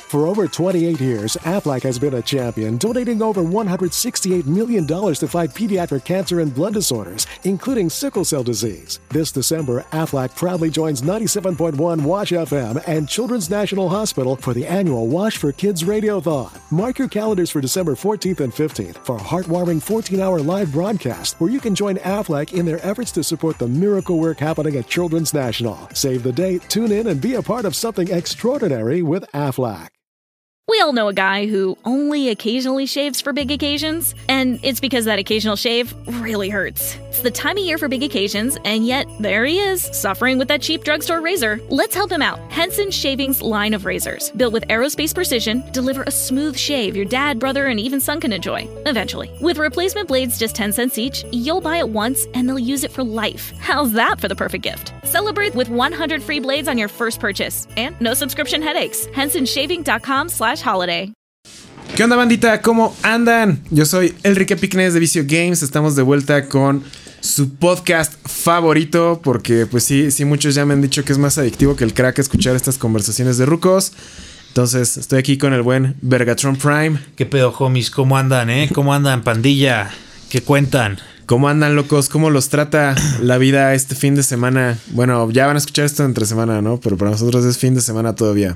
For over 28 years, Aflac has been a champion, donating over $168 million to fight pediatric cancer and blood disorders, including sickle cell disease. This December, Aflac proudly joins 97.1 Wash FM and Children's National Hospital for the annual Wash for Kids Radiothon. Mark your calendars for December 14th and 15th for a heartwarming 14-hour live broadcast where you can join Aflac in their efforts to support the miracle work happening at Children's National. Save the date, tune in, and be a part of something extraordinary with Aflac. We all know a guy who only occasionally shaves for big occasions, and it's because that occasional shave really hurts. It's the time of year for big occasions, and yet there he is, suffering with that cheap drugstore razor. Let's help him out. Henson Shaving's line of razors, built with aerospace precision, deliver a smooth shave your dad, brother, and even son can enjoy, eventually. With replacement blades just 10 cents each, you'll buy it once, and they'll use it for life. How's that for the perfect gift? Celebrate with 100 free blades on your first purchase, and no subscription headaches. HensonShaving.com/holiday. ¿Qué onda, bandita? ¿Cómo andan? Yo soy Enrique Picnes de Vicio Games. Estamos de vuelta con su podcast favorito, porque pues sí, muchos ya me han dicho que es más adictivo que el crack escuchar estas conversaciones de rucos. Entonces estoy aquí con el buen Vergatron Prime. ¿Qué pedo, homies? ¿Cómo andan, ¿Cómo andan, pandilla? ¿Qué cuentan? ¿Cómo andan, locos? ¿Cómo los trata la vida este fin de semana? Bueno, ya van a escuchar esto entre semana, ¿no? Pero para nosotros es fin de semana todavía.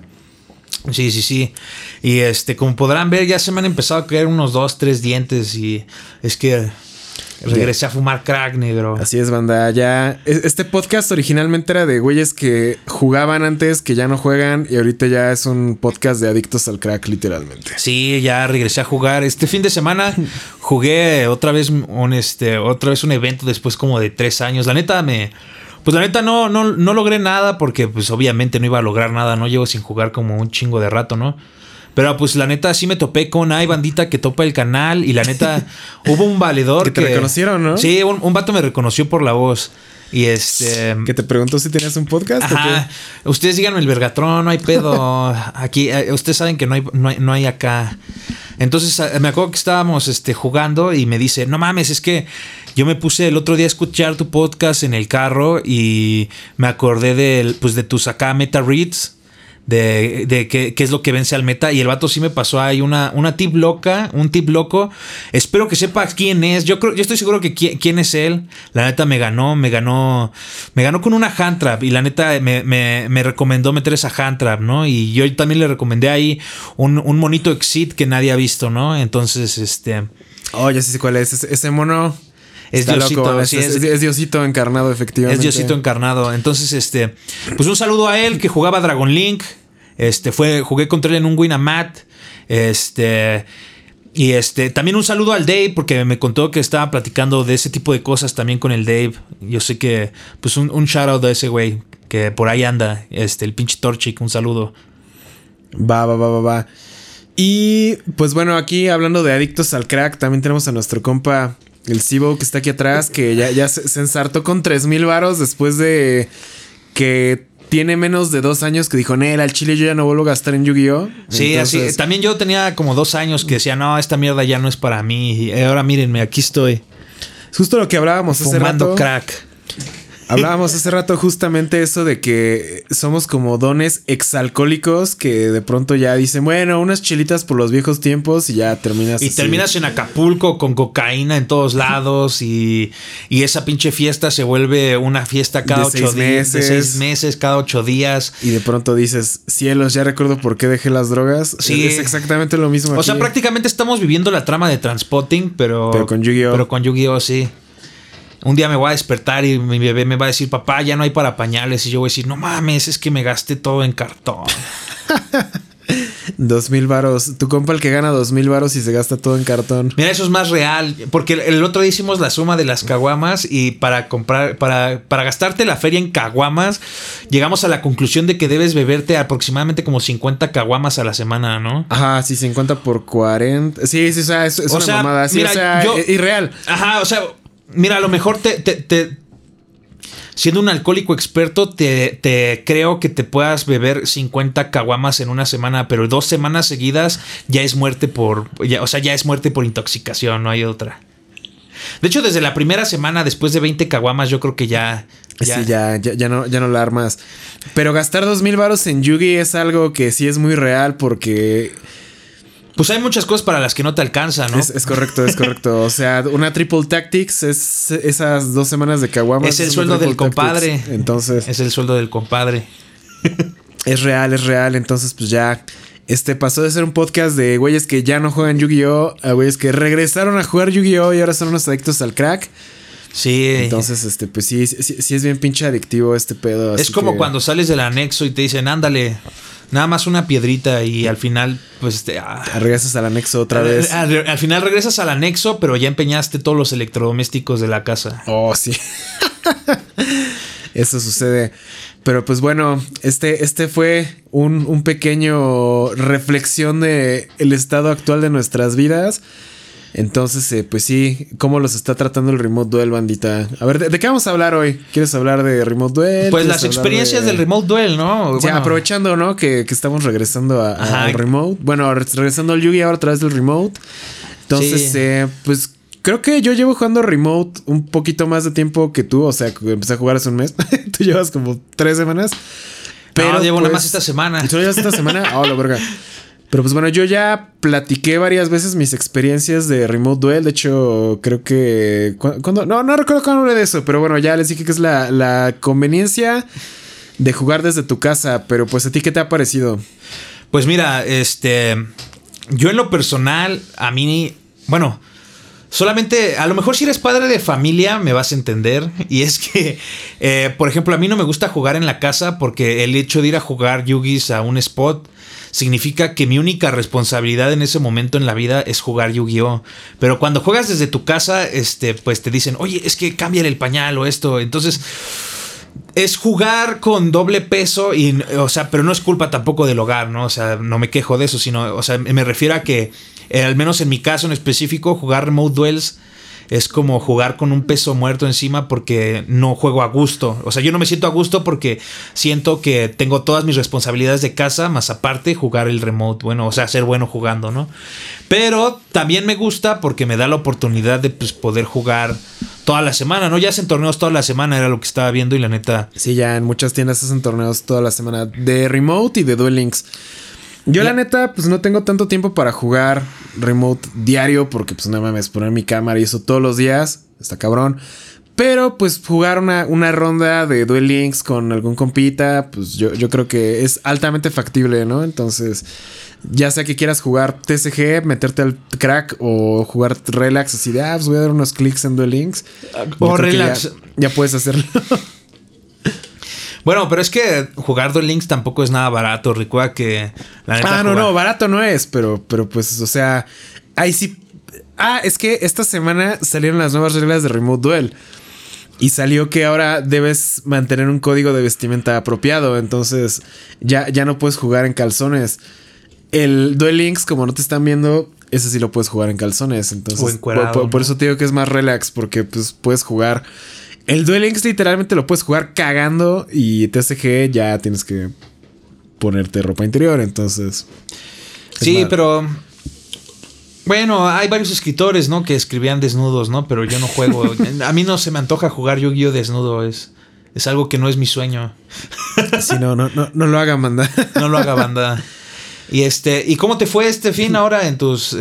Sí. Y como podrán ver, ya se me han empezado a caer unos 2-3 dientes. Y es que regresé a fumar crack, negro. Así es, banda. Ya este podcast originalmente era de güeyes que jugaban antes, que ya no juegan, y ahorita ya es un podcast de adictos al crack, literalmente. Sí, ya regresé a jugar. Este fin de semana jugué otra vez un evento después como de 3 años. La neta no logré nada porque pues obviamente no iba a lograr nada, ¿no? Llevo sin jugar como un chingo de rato, ¿no? Pero pues la neta sí me topé con bandita que topa el canal, y la neta hubo un valedor que te reconocieron, ¿no? Sí, un vato me reconoció por la voz. Y que te preguntó si tenías un podcast. Ajá. ¿O qué? Ustedes díganme el Vergatron, no hay pedo. Aquí, ustedes saben que no hay acá. Entonces me acuerdo que estábamos jugando y me dice, no mames, es que yo me puse el otro día a escuchar tu podcast en el carro y me acordé de tus acá meta reads. De qué es lo que vence al meta. Y el vato sí me pasó ahí un tip loco. Espero que sepa quién es. Yo estoy seguro que quién es él. La neta me ganó con una hand trap. Y la neta me recomendó meter esa hand trap, ¿no? Y yo también le recomendé ahí un monito Exit que nadie ha visto, ¿no? Entonces Oh, ya sé cuál es. Ese mono es Diosito, loco. Sí, es Diosito encarnado, efectivamente. Es Diosito encarnado. Entonces, pues un saludo a él que jugaba Dragon Link. Jugué contra él en un Winamat. Y también un saludo al Dave, porque me contó que estaba platicando de ese tipo de cosas también con el Dave. Yo sé que, pues un shout out a ese güey que por ahí anda, el pinche Torchic, un saludo. Va. Y pues bueno, aquí hablando de adictos al crack, también tenemos a nuestro compa el Cibo, que está aquí atrás, que ya se ensartó con 3,000 varos después de que tiene menos de 2 años que dijo, al chile yo ya no vuelvo a gastar en Yu-Gi-Oh. Sí, entonces, así. También yo tenía como 2 años que decía, no, esta mierda ya no es para mí. Y ahora mírenme, aquí estoy. Es justo lo que hablábamos hace rato. Fumando crack. Hablábamos hace rato justamente eso de que somos como dones exalcohólicos que de pronto ya dicen, bueno, unas chelitas por los viejos tiempos, y ya terminas y así. Terminas en Acapulco con cocaína en todos lados y esa pinche fiesta se vuelve una fiesta cada 8 días. De 6 meses, cada 8 días. Y de pronto dices, cielos, ya recuerdo por qué dejé las drogas. Sí. Es exactamente lo mismo. O sea, prácticamente estamos viviendo la trama de Transpotting, pero con Yu-Gi-Oh. Pero con Yu-Gi-Oh, sí. Un día me voy a despertar y mi bebé me va a decir, papá, ya no hay para pañales. Y yo voy a decir, no mames, es que me gasté todo en cartón. 2,000 varos. Tu compa el que gana 2,000 varos y se gasta todo en cartón. Mira, eso es más real. Porque el otro día hicimos la suma de las caguamas y para gastarte la feria en caguamas, llegamos a la conclusión de que debes beberte aproximadamente como 50 caguamas a la semana, ¿no? Aja, sí, 50 por 40. Sí, o sea, es una mamada. Sí, mira, irreal. Ajá, o sea, mira, a lo mejor siendo un alcohólico experto, te creo que te puedas beber 50 caguamas en una semana, pero 2 semanas seguidas ya es muerte ya es muerte por intoxicación, no hay otra. De hecho, desde la primera semana, después de 20 caguamas, yo creo que ya Sí, ya no la armas. Pero gastar 2,000 varos en Yugi es algo que sí es muy real porque... Pues hay muchas cosas para las que no te alcanza, ¿no? Es correcto. O sea, una Triple Tactics es esas 2 semanas de caguamas. Es el sueldo del compadre. Entonces... Es el sueldo del compadre. Es real. Entonces, pues ya... pasó de ser un podcast de güeyes que ya no juegan Yu-Gi-Oh! A güeyes que regresaron a jugar Yu-Gi-Oh! Y ahora son unos adictos al crack. Sí. Entonces, pues sí es bien pinche adictivo este pedo. Es como cuando sales del anexo y te dicen, ándale, nada más una piedrita y al final, pues... regresas al anexo otra vez. Al final regresas al anexo, pero ya empeñaste todos los electrodomésticos de la casa. Oh, sí. Eso sucede. Pero pues bueno, este fue un pequeño reflexión de el estado actual de nuestras vidas. Entonces, pues sí, ¿cómo los está tratando el Remote Duel, bandita? A ver, ¿de qué vamos a hablar hoy? ¿Quieres hablar de Remote Duel? Pues las experiencias del Remote Duel, ¿no? Sí, aprovechando, ¿no? Que estamos regresando al Remote. Bueno, regresando al Yugi ahora a través del Remote. Entonces, pues creo que yo llevo jugando Remote un poquito más de tiempo que tú. O sea, empecé a jugar hace un mes. Tú llevas como 3 semanas. Pero llevo nada más esta semana. ¿Tú llevas esta semana? Oh, la verga. Pero pues bueno, yo ya platiqué varias veces mis experiencias de Remote Duel. De hecho, creo que... No recuerdo cuándo hablé de eso. Pero bueno, ya les dije que es la conveniencia de jugar desde tu casa. Pero pues, ¿a ti qué te ha parecido? Pues mira, yo en lo personal, a mí... Bueno, solamente... A lo mejor si eres padre de familia me vas a entender. Y es que, por ejemplo, a mí no me gusta jugar en la casa porque el hecho de ir a jugar Yugis a un spot... significa que mi única responsabilidad en ese momento en la vida es jugar Yu-Gi-Oh! Pero cuando juegas desde tu casa, pues te dicen, oye, es que cámbiale el pañal o esto. Entonces, es jugar con doble peso y, o sea, pero no es culpa tampoco del hogar, ¿no? O sea, no me quejo de eso, sino, o sea, me refiero a que, al menos en mi caso en específico, jugar Remote Duels es como jugar con un peso muerto encima porque no juego a gusto. O sea, yo no me siento a gusto porque siento que tengo todas mis responsabilidades de casa, más aparte jugar el remote. Bueno, o sea, ser bueno jugando, ¿no? Pero también me gusta porque me da la oportunidad de pues, poder jugar toda la semana, ¿no? Ya hacen torneos toda la semana, era lo que estaba viendo y la neta... Sí, ya en muchas tiendas hacen torneos toda la semana de remote y de Duel Links. Yo la neta, pues no tengo tanto tiempo para jugar Remote diario porque pues no mames, poner mi cámara y eso todos los días, está cabrón. Pero pues jugar una ronda de Duel Links con algún compita, pues yo creo que es altamente factible, ¿no? Entonces, ya sea que quieras jugar TCG, meterte al crack o jugar relax, así de, pues voy a dar unos clics en Duel Links. O relax. Ya puedes hacerlo. Bueno, pero es que jugar Duel Links tampoco es nada barato. Recuerda que la neta no, barato no es, pero pues, o sea, ahí sí. Es que esta semana salieron las nuevas reglas de Remote Duel. Y salió que ahora debes mantener un código de vestimenta apropiado. Entonces, ya no puedes jugar en calzones. El Duel Links, como no te están viendo, ese sí lo puedes jugar en calzones. Entonces, o encuerado, por eso te digo que es más relax, porque pues puedes jugar. El Duel Links literalmente lo puedes jugar cagando y TCG ya tienes que ponerte ropa interior, entonces... Sí, pero... Bueno, hay varios escritores, ¿no? Que escribían desnudos, ¿no? Pero yo no juego. A mí no se me antoja jugar Yu-Gi-Oh! Desnudo. Es algo que no es mi sueño. Sí, no lo haga, banda. No lo haga, banda. ¿Y cómo te fue este fin ahora en tus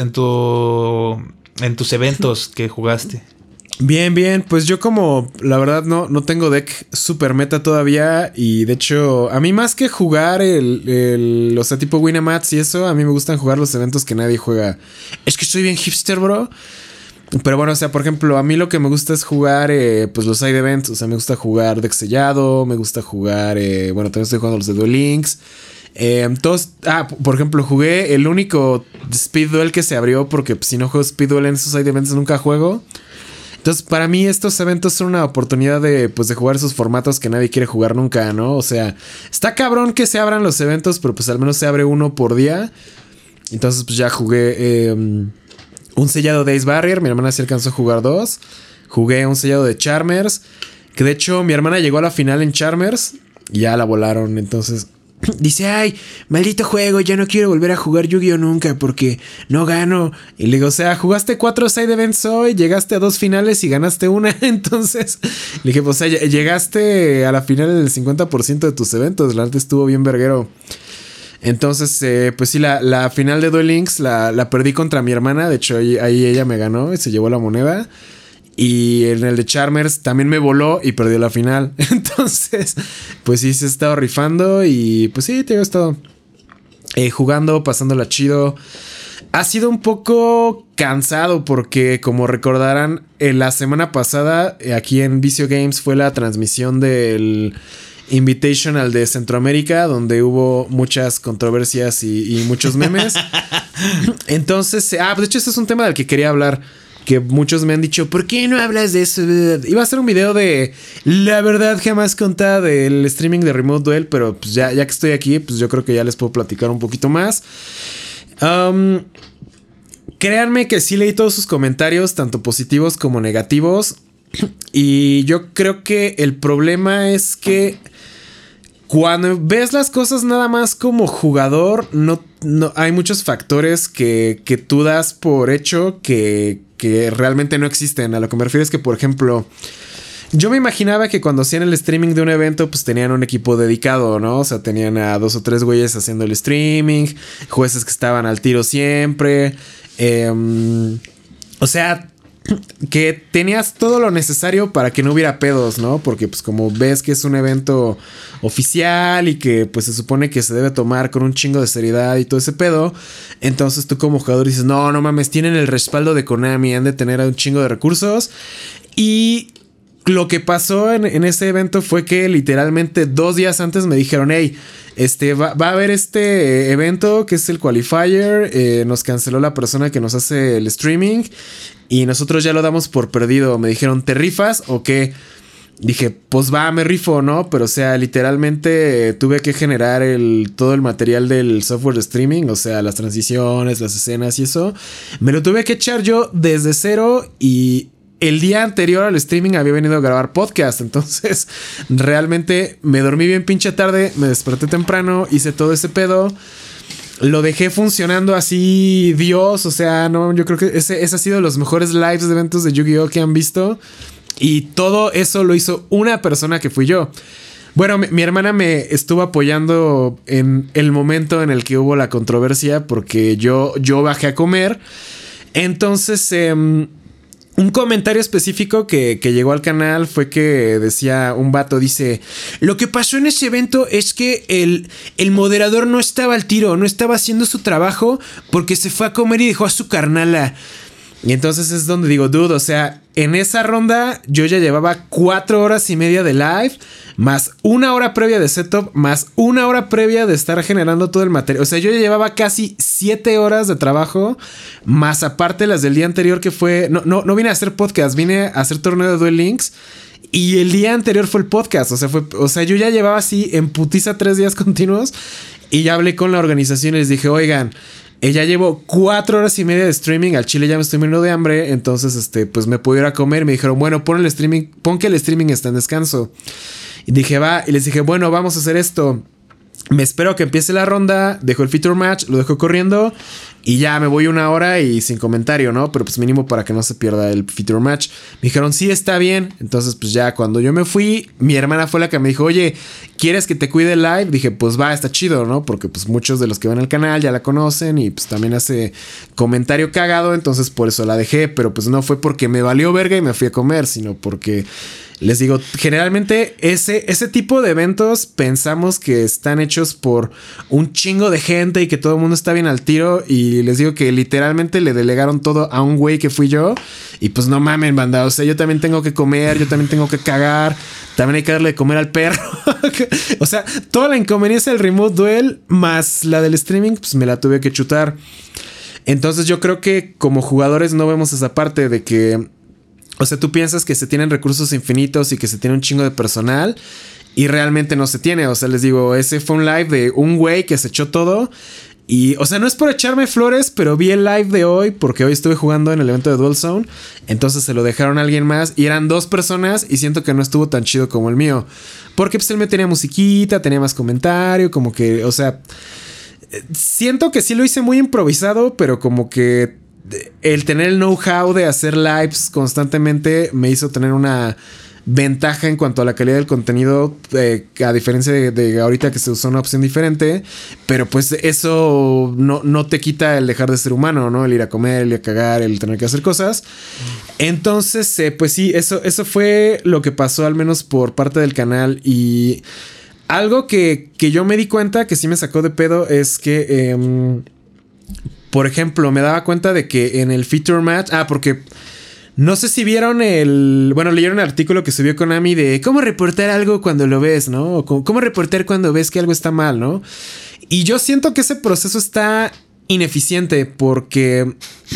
eventos que jugaste? Bien, pues yo como la verdad no tengo deck super meta todavía y de hecho a mí más que jugar o sea tipo Winamats y eso, a mí me gustan jugar los eventos que nadie juega. Es que soy bien hipster, bro. Pero bueno, o sea, por ejemplo, a mí lo que me gusta es jugar pues los side events, o sea, me gusta jugar deck sellado, me gusta jugar, bueno, también estoy jugando los de Duel Links. Por ejemplo, jugué el único Speed Duel que se abrió porque pues, si no juego Speed Duel en esos side events nunca juego. Entonces, para mí estos eventos son una oportunidad de jugar esos formatos que nadie quiere jugar nunca, ¿no? O sea, está cabrón que se abran los eventos, pero pues al menos se abre uno por día. Entonces, pues ya jugué un sellado de Ace Barrier. Mi hermana sí alcanzó a jugar 2. Jugué un sellado de Charmers. Que de hecho, mi hermana llegó a la final en Charmers y ya la volaron. Entonces, dice, ay, maldito juego, ya no quiero volver a jugar Yu-Gi-Oh nunca porque no gano. Y le digo, o sea, jugaste 4 side events hoy, llegaste a 2 finales y ganaste una. Entonces, le dije, pues, o sea, llegaste a la final del 50% de tus eventos, la neta estuvo bien verguero. Entonces, pues sí, la final de Duel Links la perdí contra mi hermana. De hecho, ahí ella me ganó y se llevó la moneda. Y en el de Charmers también me voló y perdió la final. Entonces, pues sí, se ha estado rifando. Y pues sí, te he estado jugando, pasándola chido. Ha sido un poco cansado porque, como recordarán, la semana pasada aquí en Vicio Games fue la transmisión del Invitational de Centroamérica, donde hubo muchas controversias y muchos memes. Entonces, de hecho, este es un tema del que quería hablar. Que muchos me han dicho, ¿por qué no hablas de eso? Iba a hacer un video de la verdad jamás contada del streaming de Remote Duel, pero pues ya que estoy aquí, pues yo creo que ya les puedo platicar un poquito más. Créanme que sí leí todos sus comentarios, tanto positivos como negativos. Y yo creo que el problema es que cuando ves las cosas nada más como jugador, no hay muchos factores que tú das por hecho que realmente no existen. A lo que me refiero es que, por ejemplo, yo me imaginaba que cuando hacían el streaming de un evento, pues tenían un equipo dedicado, ¿no? O sea, tenían a 2 o 3 güeyes haciendo el streaming, jueces que estaban al tiro siempre. O sea, que tenías todo lo necesario para que no hubiera pedos, ¿no? Porque pues como ves que es un evento oficial y que pues se supone que se debe tomar con un chingo de seriedad y todo ese pedo, entonces tú como jugador dices, no mames, tienen el respaldo de Konami, han de tener un chingo de recursos. Y lo que pasó en ese evento fue que literalmente 2 días antes me dijeron, hey, va a haber este evento que es el Qualifier, nos canceló la persona que nos hace el streaming y nosotros ya lo damos por perdido. Me dijeron, ¿te rifas o qué? Dije, pues va, me rifo, ¿no? Pero o sea, literalmente tuve que generar todo el material del software de streaming, o sea, las transiciones, las escenas y eso. Me lo tuve que echar yo desde cero y el día anterior al streaming había venido a grabar podcast. Entonces realmente me dormí bien pinche tarde, me desperté temprano, hice todo ese pedo. Lo dejé funcionando así, Dios. O sea, no, yo creo que ese ha sido los mejores lives de eventos de Yu-Gi-Oh! Que han visto. Y todo eso lo hizo una persona que fui yo. Bueno, mi hermana me estuvo apoyando en el momento en el que hubo la controversia, porque yo bajé a comer. Entonces, un comentario específico que llegó al canal fue que decía un vato, dice, lo que pasó en ese evento es que el moderador no estaba al tiro, no estaba haciendo su trabajo porque se fue a comer y dejó a su carnala. Y entonces es donde digo, dude, o sea, en esa ronda yo ya llevaba 4 horas y media de live, más 1 hora previa de setup, más 1 hora previa de estar generando todo el material. O sea, yo ya llevaba casi 7 horas de trabajo, más aparte las del día anterior que fue... No vine a hacer podcast, vine a hacer torneo de Duel Links. Y el día anterior fue el podcast. O sea, yo ya llevaba así en putiza 3 días continuos. Y ya hablé con la organización y les dije, oigan, ya llevo 4 horas y media de streaming. Al chile ya me estoy muriendo de hambre. Entonces, pues me puedo ir a comer. Me dijeron, bueno, pon que el streaming está en descanso. Y dije, va. Y les dije, bueno, vamos a hacer esto. Me espero que empiece la ronda. Dejo el feature match. Lo dejo corriendo. Y ya me voy 1 hora y sin comentario, ¿no? Pero pues mínimo para que no se pierda el feature match. Me dijeron, sí, está bien. Entonces pues ya cuando yo me fui, mi hermana fue la que me dijo, oye, ¿quieres que te cuide el live? Dije, pues va, está chido, ¿no? Porque pues muchos de los que van al canal ya la conocen. Y pues también hace comentario cagado. Entonces por eso la dejé. Pero pues no fue porque me valió verga y me fui a comer, sino porque... Les digo, generalmente ese tipo de eventos pensamos que están hechos por un chingo de gente y que todo el mundo está bien al tiro. Y les digo que literalmente le delegaron todo a un güey que fui yo. Y pues no mamen, banda. O sea, yo también tengo que comer, yo también tengo que cagar. También hay que darle de comer al perro. O sea, toda la inconveniencia del Remote Duel más la del streaming, pues me la tuve que chutar. Entonces yo creo que como jugadores no vemos esa parte de que... O sea, tú piensas que se tienen recursos infinitos y que se tiene un chingo de personal y realmente no se tiene. O sea, les digo, ese fue un live de un güey que se echó todo Y, o sea, no es por echarme flores, pero vi el live de hoy porque hoy estuve jugando en el evento de Dual Zone. Entonces se lo dejaron a alguien más y eran 2 personas y siento que no estuvo tan chido como el mío. Porque pues él me tenía musiquita, tenía más comentario, como que, o sea, siento que sí lo hice muy improvisado, pero como que el tener el know-how de hacer lives constantemente me hizo tener una ventaja en cuanto a la calidad del contenido, a diferencia de ahorita que se usó una opción diferente. Pero pues eso no te quita el dejar de ser humano, ¿no? El ir a comer, el ir a cagar, el tener que hacer cosas. Entonces, pues sí, eso fue lo que pasó, al menos por parte del canal. Y algo que yo me di cuenta que sí me sacó de pedo es que, por ejemplo, me daba cuenta de que en el feature match, porque no sé si vieron leyeron el artículo que subió Konami de cómo reportar algo cuando lo ves, ¿no? O cómo reportar cuando ves que algo está mal, ¿no? Y yo siento que ese proceso está ineficiente porque,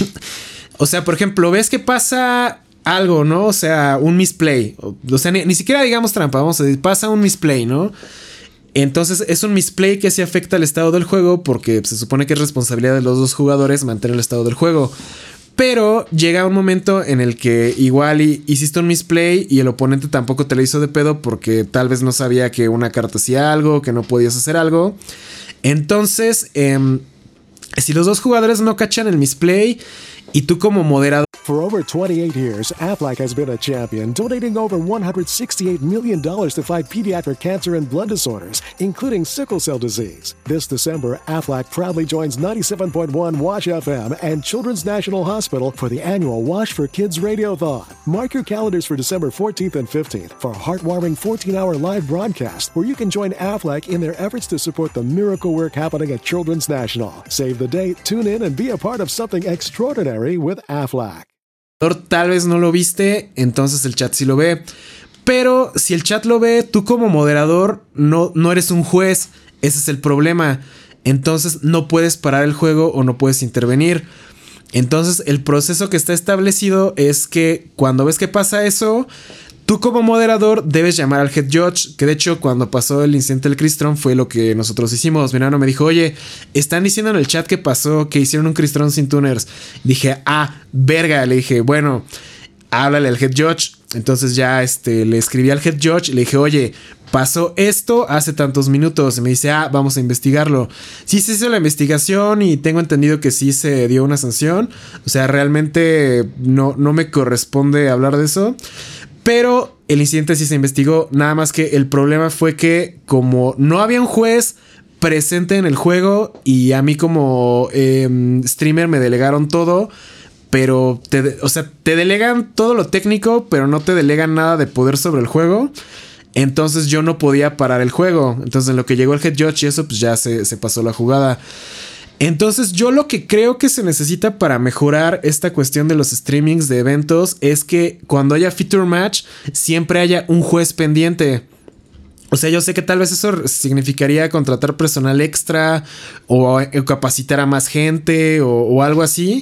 o sea, por ejemplo, ves que pasa algo, ¿no? O sea, un misplay. O sea, ni siquiera digamos trampa, vamos a decir, pasa un misplay, ¿no? Entonces es un misplay que sí afecta al estado del juego porque se supone que es responsabilidad de los 2 jugadores mantener el estado del juego. Pero llega un momento en el que igual hiciste un misplay y el oponente tampoco te lo hizo de pedo porque tal vez no sabía que una carta hacía algo, que no podías hacer algo. Entonces, si los 2 jugadores no cachan el misplay y tú como moderador... For over 28 years, Aflac has been a champion, donating over $168 million to fight pediatric cancer and blood disorders, including sickle cell disease. This December, Aflac proudly joins 97.1 Wash FM and Children's National Hospital for the annual Wash for Kids Radiothon. Mark your calendars for December 14th and 15th for a heartwarming 14-hour live broadcast where you can join Aflac in their efforts to support the miracle work happening at Children's National. Save the date, tune in, and be a part of something extraordinary with Aflac. Tal vez no lo viste, entonces el chat sí lo ve. Pero si el chat lo ve, tú como moderador no eres un juez. Ese es el problema. Entonces no puedes parar el juego o no puedes intervenir. Entonces el proceso que está establecido es que cuando ves que pasa eso, tú como moderador debes llamar al head judge. Que de hecho cuando pasó el incidente del Crystron fue lo que nosotros hicimos. Mi hermano me dijo, oye, están diciendo en el chat que pasó, que hicieron un Crystron sin tuners. Dije, verga. Le dije, bueno, háblale al head judge. Entonces ya le escribí al head judge y le dije, oye, pasó esto hace tantos minutos. Y me dice, vamos a investigarlo. Sí se hizo la investigación y tengo entendido que sí se dio una sanción. O sea, realmente no me corresponde hablar de eso. Pero el incidente sí se investigó, nada más que el problema fue que como no había un juez presente en el juego y a mí como streamer me delegaron todo, pero te delegan todo lo técnico, pero no te delegan nada de poder sobre el juego. Entonces yo no podía parar el juego. Entonces en lo que llegó el head judge y eso, pues ya se pasó la jugada. Entonces yo lo que creo que se necesita para mejorar esta cuestión de los streamings de eventos es que cuando haya feature match siempre haya un juez pendiente. O sea, yo sé que tal vez eso significaría contratar personal extra o capacitar a más gente o algo así.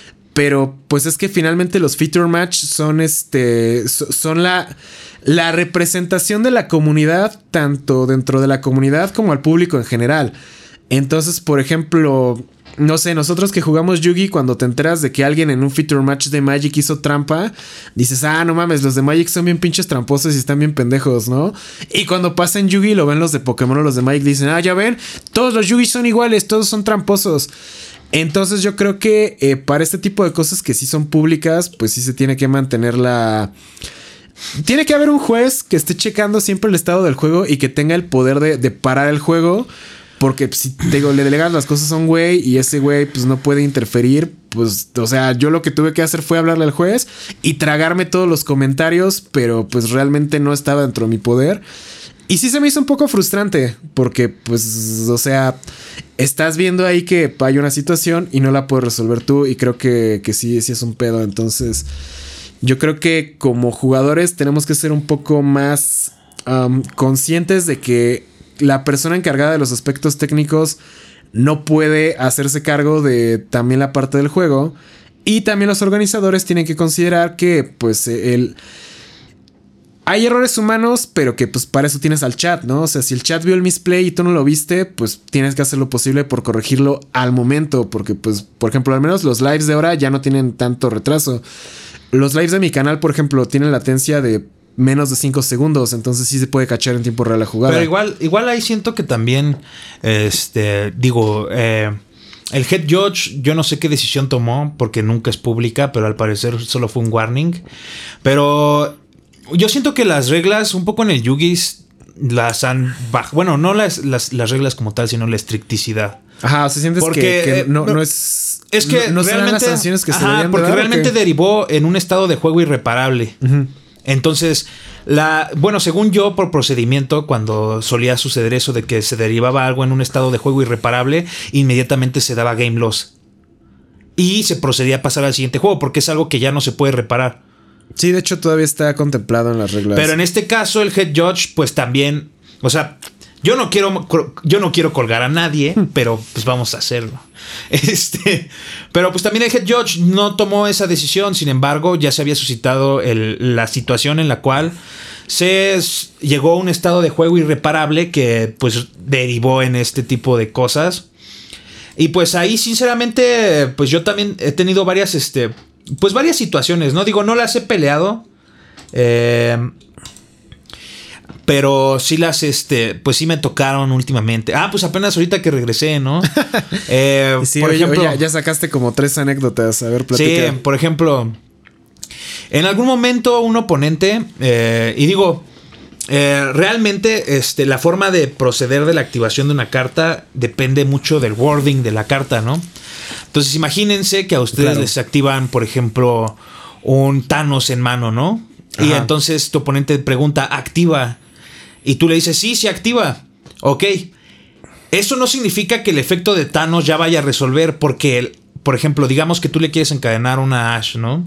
Pero pues es que finalmente los feature match son son la representación de la comunidad, tanto dentro de la comunidad como al público en general. Entonces, por ejemplo, no sé, nosotros que jugamos Yugi, cuando te enteras de que alguien en un feature match de Magic hizo trampa, dices, no mames, los de Magic son bien pinches tramposos y están bien pendejos, ¿no? Y cuando pasa en Yugi lo ven los de Pokémon o los de Magic, dicen, ya ven, todos los Yugi son iguales, todos son tramposos. Entonces yo creo que para este tipo de cosas que sí son públicas, pues sí se tiene que mantener Tiene que haber un juez que esté checando siempre el estado del juego y que tenga el poder de parar el juego. Porque si le delegas las cosas a un güey y ese güey pues no puede interferir, pues, o sea, yo lo que tuve que hacer fue hablarle al juez y tragarme todos los comentarios, pero pues realmente no estaba dentro de mi poder. Y sí se me hizo un poco frustrante porque, pues, o sea, estás viendo ahí que hay una situación y no la puedes resolver tú y creo que sí es un pedo. Entonces, yo creo que como jugadores tenemos que ser un poco más conscientes de que la persona encargada de los aspectos técnicos no puede hacerse cargo de también la parte del juego. Y también los organizadores tienen que considerar que pues hay errores humanos, pero que pues para eso tienes al chat, ¿no? O sea, si el chat vio el misplay y tú no lo viste, pues tienes que hacer lo posible por corregirlo al momento. Porque pues, por ejemplo, al menos los lives de ahora ya no tienen tanto retraso. Los lives de mi canal, por ejemplo, tienen latencia de menos de 5 segundos. Entonces sí se puede cachar en tiempo real la jugada. Pero igual ahí siento que también, el head judge, yo no sé qué decisión tomó, porque nunca es pública, pero al parecer solo fue un warning. Pero yo siento que las reglas, un poco en el Yu-Gi las han bajado. Bueno, no las reglas como tal, sino la estricticidad. Ajá, o sea, sientes que no es... Es que no realmente... las sanciones que se ajá, deberían porque dar, realmente derivó en un estado de juego irreparable. Uh-huh. Entonces, según yo, por procedimiento, cuando solía suceder eso de que se derivaba algo en un estado de juego irreparable, inmediatamente se daba game loss. Y se procedía a pasar al siguiente juego, porque es algo que ya no se puede reparar. Sí, de hecho todavía está contemplado en las reglas. Pero en este caso el head judge pues también, o sea, yo no quiero colgar a nadie, pero pues vamos a hacerlo. Pero pues también el head judge no tomó esa decisión. Sin embargo, ya se había suscitado la situación en la cual se llegó a un estado de juego irreparable que pues derivó en este tipo de cosas. Y pues ahí sinceramente pues yo también he tenido varias situaciones, ¿no? Digo, no las he peleado. Pero sí pues sí me tocaron últimamente. Pues apenas ahorita que regresé, ¿no? Sí, por ejemplo, ya sacaste como 3 anécdotas. A ver, platica. Sí, por ejemplo, en algún momento un oponente, realmente la forma de proceder de la activación de una carta depende mucho del wording de la carta, ¿no? Entonces imagínense que a ustedes les activan, por ejemplo, un Thanos en mano, ¿no? Ajá. Y entonces tu oponente pregunta, ¿activa? Y tú le dices, sí, se activa. Ok. Eso no significa que el efecto de Thanos ya vaya a resolver, porque, por ejemplo, digamos que tú le quieres encadenar una Ash, ¿no?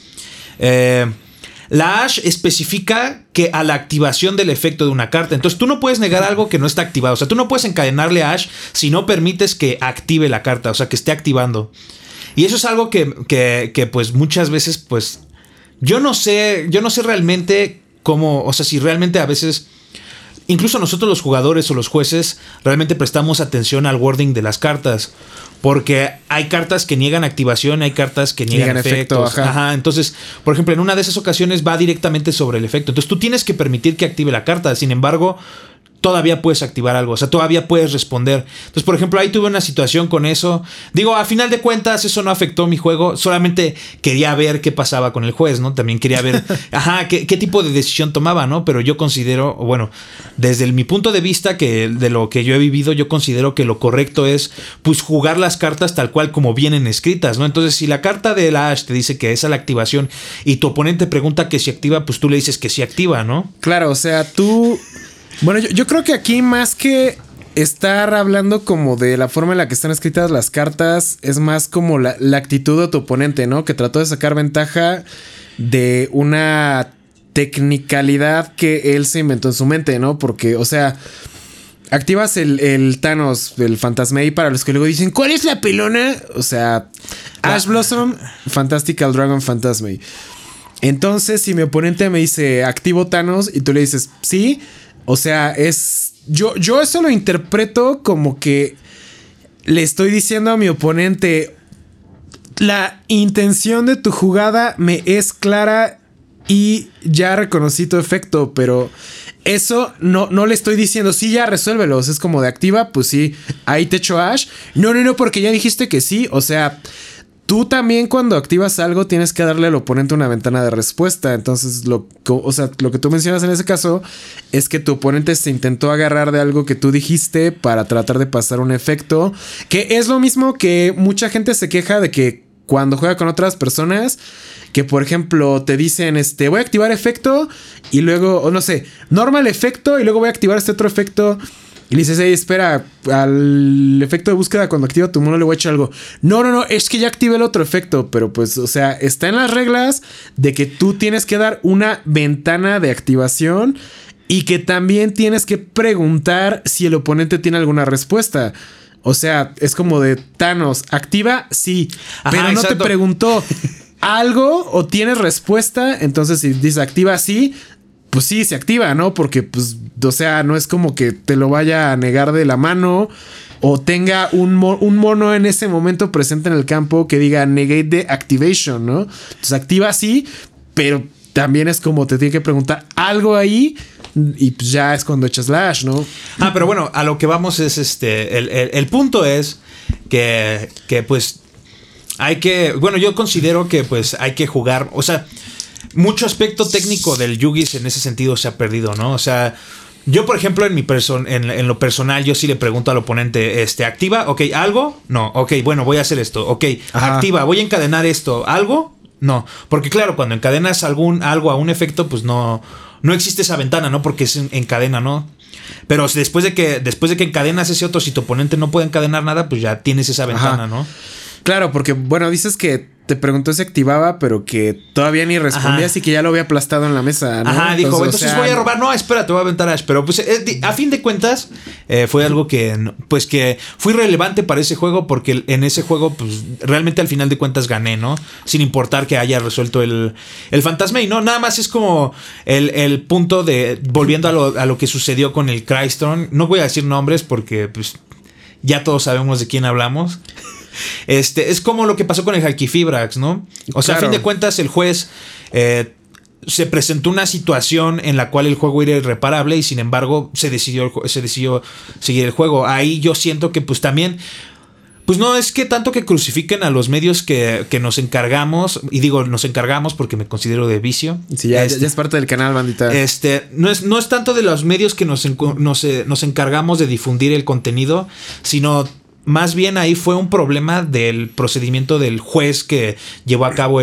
La Ash especifica que a la activación del efecto de una carta. Entonces tú no puedes negar algo que no está activado. O sea, tú no puedes encadenarle a Ash si no permites que active la carta. O sea, que esté activando. Y eso es algo que pues muchas veces pues yo no sé realmente cómo, o sea, si realmente a veces incluso nosotros los jugadores o los jueces realmente prestamos atención al wording de las cartas. Porque hay cartas que niegan activación, hay cartas que niegan efectos. Ajá. Entonces, por ejemplo, en una de esas ocasiones va directamente sobre el efecto. Entonces tú tienes que permitir que active la carta. Sin embargo, todavía puedes activar algo. O sea, todavía puedes responder. Entonces, por ejemplo, ahí tuve una situación con eso. Digo, a final de cuentas, eso no afectó mi juego. Solamente quería ver qué pasaba con el juez, ¿no? También quería ver, qué tipo de decisión tomaba, ¿no? Pero yo considero, bueno, desde mi punto de vista, que de lo que yo he vivido, yo considero que lo correcto es, pues, jugar las cartas tal cual como vienen escritas, ¿no? Entonces, si la carta de la Ash te dice que es a la activación y tu oponente pregunta que si activa, pues tú le dices que sí activa, ¿no? Claro, o sea, tú... Bueno, yo creo que aquí más que estar hablando como de la forma en la que están escritas las cartas, es más como la actitud de tu oponente, ¿no? Que trató de sacar ventaja de una tecnicalidad que él se inventó en su mente, ¿no? Porque, o sea, activas el Thanos, el Fantasmei, para los que luego dicen, ¿cuál es la pelona? O sea, Ash Blossom, Fantastical Dragon Fantasmei. Entonces, si mi oponente me dice, activo Thanos, y tú le dices, sí... O sea, yo eso lo interpreto como que le estoy diciendo a mi oponente, la intención de tu jugada me es clara y ya reconocí tu efecto, pero eso no le estoy diciendo, sí, ya resuélvelo. O sea, es como de activa, pues sí, ahí te echo Ash. No, porque ya dijiste que sí, o sea... Tú también cuando activas algo tienes que darle al oponente una ventana de respuesta. Entonces, lo que tú mencionas en ese caso es que tu oponente se intentó agarrar de algo que tú dijiste para tratar de pasar un efecto. Que es lo mismo que mucha gente se queja de que cuando juega con otras personas, que por ejemplo te dicen, voy a activar efecto y luego, o no sé, normal efecto y luego voy a activar este otro efecto. Y le dices, espera, al efecto de búsqueda cuando activa tu mono le voy a echar algo. No, es que ya activé el otro efecto. Pero pues, o sea, está en las reglas de que tú tienes que dar una ventana de activación y que también tienes que preguntar si el oponente tiene alguna respuesta. O sea, es como de Thanos, ¿activa? Sí. Pero no exacto. Te preguntó algo o tienes respuesta. Entonces, si dice activa sí, pues sí, se activa, ¿no? Porque, pues, o sea, no es como que te lo vaya a negar de la mano o tenga un mono en ese momento presente en el campo que diga negate the activation, ¿no? Entonces activa sí, pero también es como te tiene que preguntar algo ahí y pues ya es cuando echas Lash, ¿no? Pero bueno, a lo que vamos es el punto es que pues hay que, bueno, yo considero que pues hay que jugar, o sea, mucho aspecto técnico del Yugis en ese sentido se ha perdido, ¿no? O sea, yo por ejemplo en lo personal yo sí le pregunto al oponente, ¿activa? Ok, ¿algo? No, ok, bueno, voy a hacer esto, ok, Ajá. activa, voy a encadenar esto, ¿algo? No, porque claro, cuando encadenas algo a un efecto, pues no existe esa ventana, ¿no? Porque es en cadena, ¿no? Pero después de que encadenas ese otro, si tu oponente no puede encadenar nada, pues ya tienes esa ventana, Ajá. ¿no? Claro, porque, bueno, dices que te preguntó si activaba, pero que todavía ni respondías. Ajá. Y que ya lo había aplastado en la mesa, ¿no? Ajá, dijo, entonces o sea, voy a robar. No, espera, te voy a aventar Ash. Pero pues a fin de cuentas fue algo que pues que fue irrelevante para ese juego, porque en ese juego pues realmente al final de cuentas gané, ¿no? Sin importar que haya resuelto el fantasma. Y no, nada más es como el punto de, volviendo a lo que sucedió con el Crystron. No voy a decir nombres porque pues ya todos sabemos de quién hablamos. Es como lo que pasó con el Halqifibrax, ¿no? O sea, Claro. a fin de cuentas el juez se presentó una situación en la cual el juego era irreparable y sin embargo se decidió seguir el juego. Ahí yo siento que pues también, pues no es que tanto que crucifiquen a los medios que nos encargamos, y digo nos encargamos porque me considero de vicio. Sí, ya es parte del canal, bandita. No es tanto de los medios que nos encargamos de difundir el contenido, sino más bien ahí fue un problema del procedimiento del juez que llevó a cabo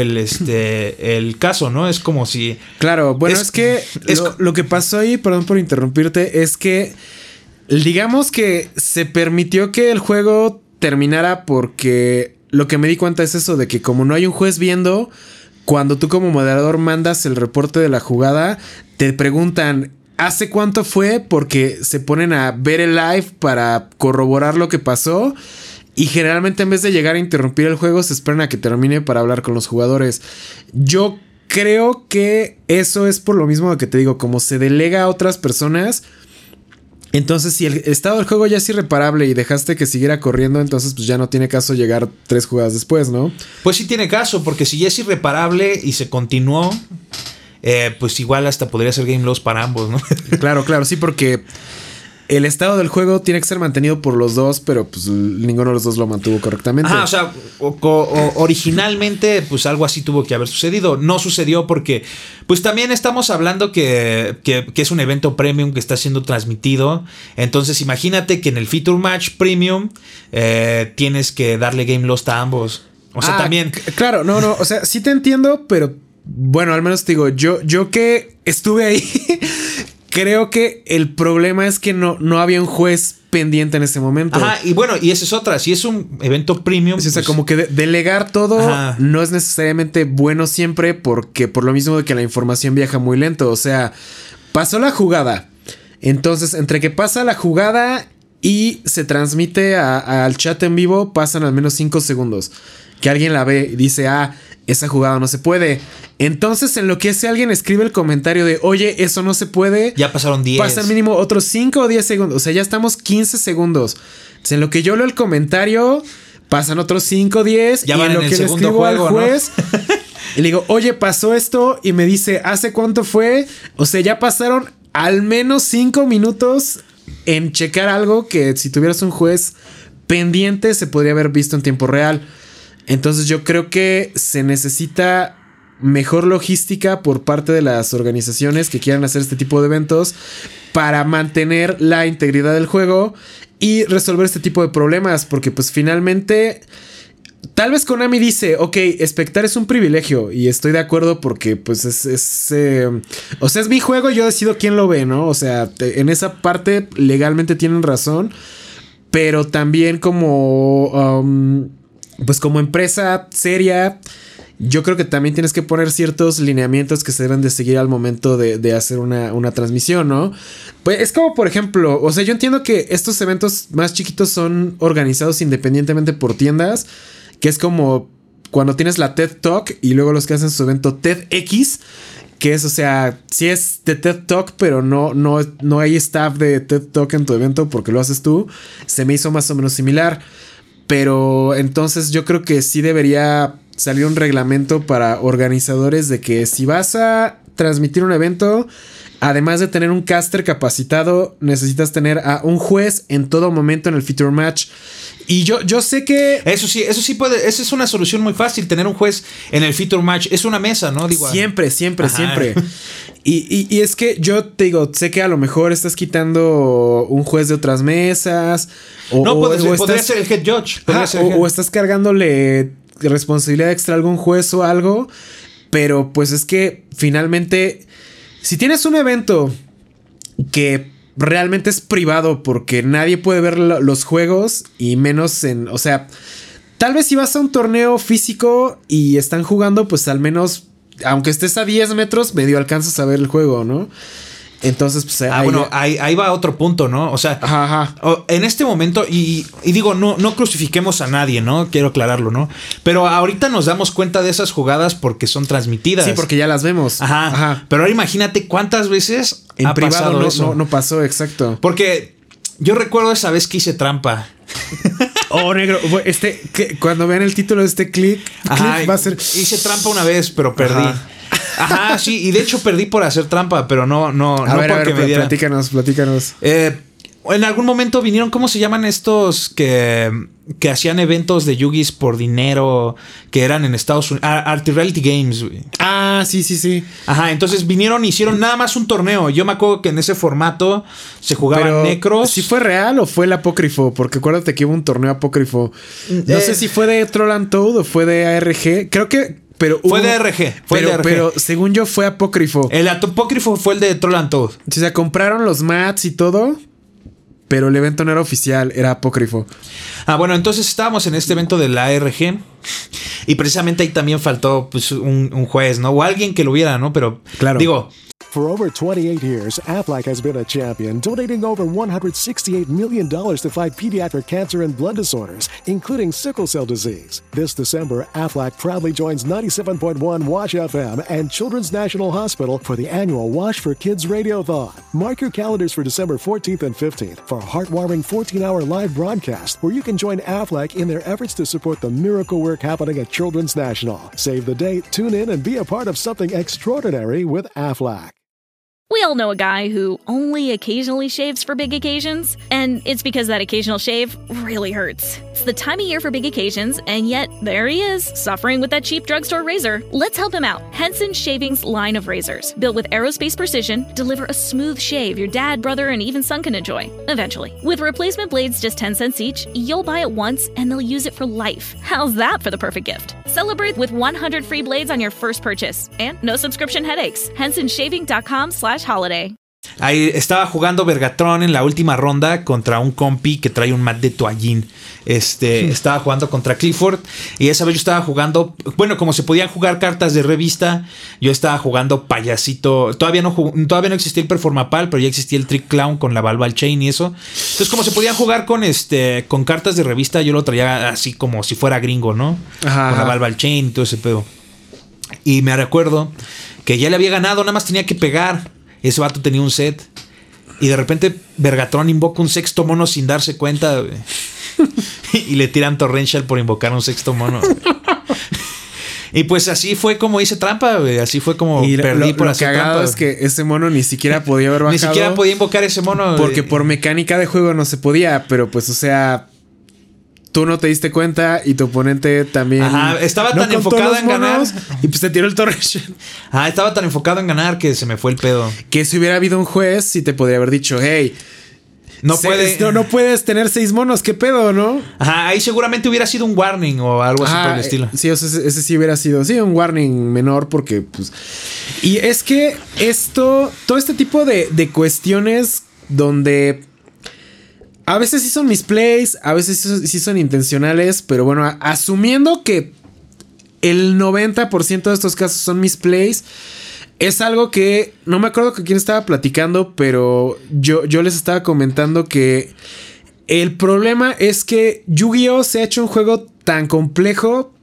el caso, ¿no? Es como si... Claro, bueno, es que lo que pasó ahí, perdón por interrumpirte, es que digamos que se permitió que el juego terminara porque lo que me di cuenta es eso de que como no hay un juez viendo, cuando tú como moderador mandas el reporte de la jugada, te preguntan ¿hace cuánto fue? Porque se ponen a ver el live para corroborar lo que pasó. Y generalmente en vez de llegar a interrumpir el juego, se esperan a que termine para hablar con los jugadores. Yo creo que eso es por lo mismo que te digo, como se delega a otras personas. Entonces, si el estado del juego ya es irreparable y dejaste que siguiera corriendo, entonces pues ya no tiene caso llegar 3 jugadas después, ¿no? Pues sí tiene caso, porque si ya es irreparable y se continuó, pues igual hasta podría ser game loss para ambos, ¿no? Claro, sí, porque el estado del juego tiene que ser mantenido por los dos, pero pues ninguno de los dos lo mantuvo correctamente. O sea, originalmente pues algo así tuvo que haber sucedido. No sucedió porque pues también estamos hablando que es un evento premium que está siendo transmitido. Entonces imagínate que en el Feature Match Premium tienes que darle game loss a ambos. O sea, también... Claro, no, o sea, sí te entiendo, pero bueno, al menos te digo, yo que estuve ahí... Creo que el problema es que no había un juez pendiente en ese momento. Ajá, y bueno, y esa es otra. Si es un evento premium... Sí, o sea, como que delegar todo no es necesariamente bueno siempre porque por lo mismo de que la información viaja muy lento. O sea, pasó la jugada. Entonces, entre que pasa la jugada y se transmite al chat en vivo, pasan al menos 5 segundos. Que alguien la ve y dice, esa jugada no se puede. Entonces, en lo que ese alguien escribe el comentario de, oye, eso no se puede. Ya pasaron 10. Pasan mínimo otros 5 o 10 segundos. O sea, ya estamos 15 segundos. Entonces, en lo que yo leo el comentario, pasan otros 5 o 10. Ya y van en lo en que el le segundo escribo juego, al juez, ¿no? y le digo, oye, pasó esto. Y me dice, ¿hace cuánto fue? O sea, ya pasaron al menos 5 minutos en checar algo que si tuvieras un juez pendiente se podría haber visto en tiempo real. Entonces yo creo que se necesita mejor logística por parte de las organizaciones que quieran hacer este tipo de eventos para mantener la integridad del juego y resolver este tipo de problemas, porque pues finalmente tal vez Konami dice, ok, espectar es un privilegio y estoy de acuerdo porque pues o sea, es mi juego y yo decido quién lo ve, ¿no? O sea, en esa parte legalmente tienen razón, pero también como pues como empresa seria, yo creo que también tienes que poner ciertos lineamientos que se deben de seguir al momento de hacer una transmisión, ¿no? Pues es como, por ejemplo, o sea, yo entiendo que estos eventos más chiquitos son organizados independientemente por tiendas, que es como cuando tienes la TED Talk y luego los que hacen su evento TEDx, que es, o sea, sí es de TED Talk, pero no hay staff de TED Talk en tu evento porque lo haces tú. Se me hizo más o menos similar. Pero entonces yo creo que sí debería salir un reglamento para organizadores de que si vas a transmitir un evento, además de tener un caster capacitado, necesitas tener a un juez en todo momento en el feature match. Y yo sé que... Eso sí puede... Esa es una solución muy fácil, tener un juez en el feature match. Es una mesa, ¿no? Digo, siempre. Ajá. Y es que yo te digo, sé que a lo mejor estás quitando un juez de otras mesas. Podría ser el head judge. O estás cargándole responsabilidad extra a algún juez o algo. Pero pues es que finalmente, si tienes un evento que realmente es privado porque nadie puede ver los juegos y menos en... O sea, tal vez si vas a un torneo físico y están jugando, pues al menos, aunque estés a 10 metros, medio alcanzas a ver el juego, ¿no? Entonces, pues... ahí va otro punto, ¿no? O sea, ajá. En este momento, y digo, no crucifiquemos a nadie, ¿no? Quiero aclararlo, ¿no? Pero ahorita nos damos cuenta de esas jugadas porque son transmitidas. Sí, porque ya las vemos. Ajá. Pero ahora imagínate cuántas veces en ha privado pasado eso. No pasó, exacto. Porque yo recuerdo esa vez que hice trampa. Oh, negro. Cuando vean el título de este clip va a ser... Hice trampa una vez, pero perdí. Ajá, sí, y de hecho perdí por hacer trampa, pero no porque me diera. Platícanos. En algún momento vinieron, ¿cómo se llaman estos que hacían eventos de Yugis por dinero que eran en Estados Unidos? Reality Games, güey. Ah, sí. Ajá, entonces vinieron y hicieron nada más un torneo. Yo me acuerdo que en ese formato se jugaban necros. ¿Sí fue real o fue el apócrifo? Porque acuérdate que hubo un torneo apócrifo. No sé si fue de Troll and Toad o fue de ARG. Creo que... Fue de RG. Pero según yo fue apócrifo. El apócrifo fue el de Troll and Toad. O sea, compraron los mats y todo, pero el evento no era oficial, era apócrifo. Bueno, entonces estábamos en este evento de la ARG y precisamente ahí también faltó pues, un juez, ¿no? O alguien que lo viera, ¿no? Pero claro. Digo... For over 28 years, Aflac has been a champion, donating over $168 million to fight pediatric cancer and blood disorders, including sickle cell disease. This December, Aflac proudly joins 97.1 Wash FM and Children's National Hospital for the annual Wash for Kids Radiothon. Mark your calendars for December 14th and 15th for a heartwarming 14-hour live broadcast where you can join Aflac in their efforts to support the miracle work happening at Children's National. Save the date, tune in, and be a part of something extraordinary with Aflac. We all know a guy who only occasionally shaves for big occasions, and it's because that occasional shave really hurts. It's the time of year for big occasions, and yet there he is, suffering with that cheap drugstore razor. Let's help him out. Henson Shaving's line of razors, built with aerospace precision, deliver a smooth shave your dad, brother, and even son can enjoy, eventually. With replacement blades just 10 cents each, you'll buy it once, and they'll use it for life. How's that for the perfect gift? Celebrate with 100 free blades on your first purchase, and no subscription headaches. HensonShaving.com/holiday. Ahí estaba jugando Vergatron en la última ronda contra un compi que trae un mat de toallín. Estaba jugando contra Clifford y esa vez yo estaba jugando, bueno, como se podían jugar cartas de revista, yo estaba jugando payasito. Todavía no existía el Performapal, pero ya existía el Trick Clown con la Valval Chain y eso. Entonces, como se podían jugar con cartas de revista, yo lo traía así como si fuera gringo, ¿no? Ajá. Con la Valval Chain y todo ese pedo. Y me recuerdo que ya le había ganado, nada más tenía que pegar. Ese vato tenía un set. Y de repente Vergatron invoca un sexto mono sin darse cuenta, güey. Y le tiran Torrential por invocar un sexto mono. Y pues así fue como hice trampa, güey. Así fue como perdí por hacer trampa. Lo cagado es que ese mono ni siquiera podía haber bajado. Ni siquiera podía invocar ese mono. Porque por mecánica de juego no se podía. Pero pues, o sea... Tú no te diste cuenta y tu oponente también. Ajá, estaba tan enfocado en ganar. Y pues te tiró el torre. Estaba tan enfocado en ganar que se me fue el pedo. Que si hubiera habido un juez, sí te podría haber dicho, hey, no puedes tener 6 monos, ¿qué pedo, no? Ajá, ahí seguramente hubiera sido un warning o algo así por el estilo. Sí, o sea, ese sí hubiera sido, sí, un warning menor porque, pues... Y es que todo este tipo de cuestiones donde... A veces sí son misplays, a veces sí son intencionales, pero bueno, asumiendo que el 90% de estos casos son misplays, es algo que no me acuerdo con quién estaba platicando, pero yo les estaba comentando que el problema es que Yu-Gi-Oh! Se ha hecho un juego tan complejo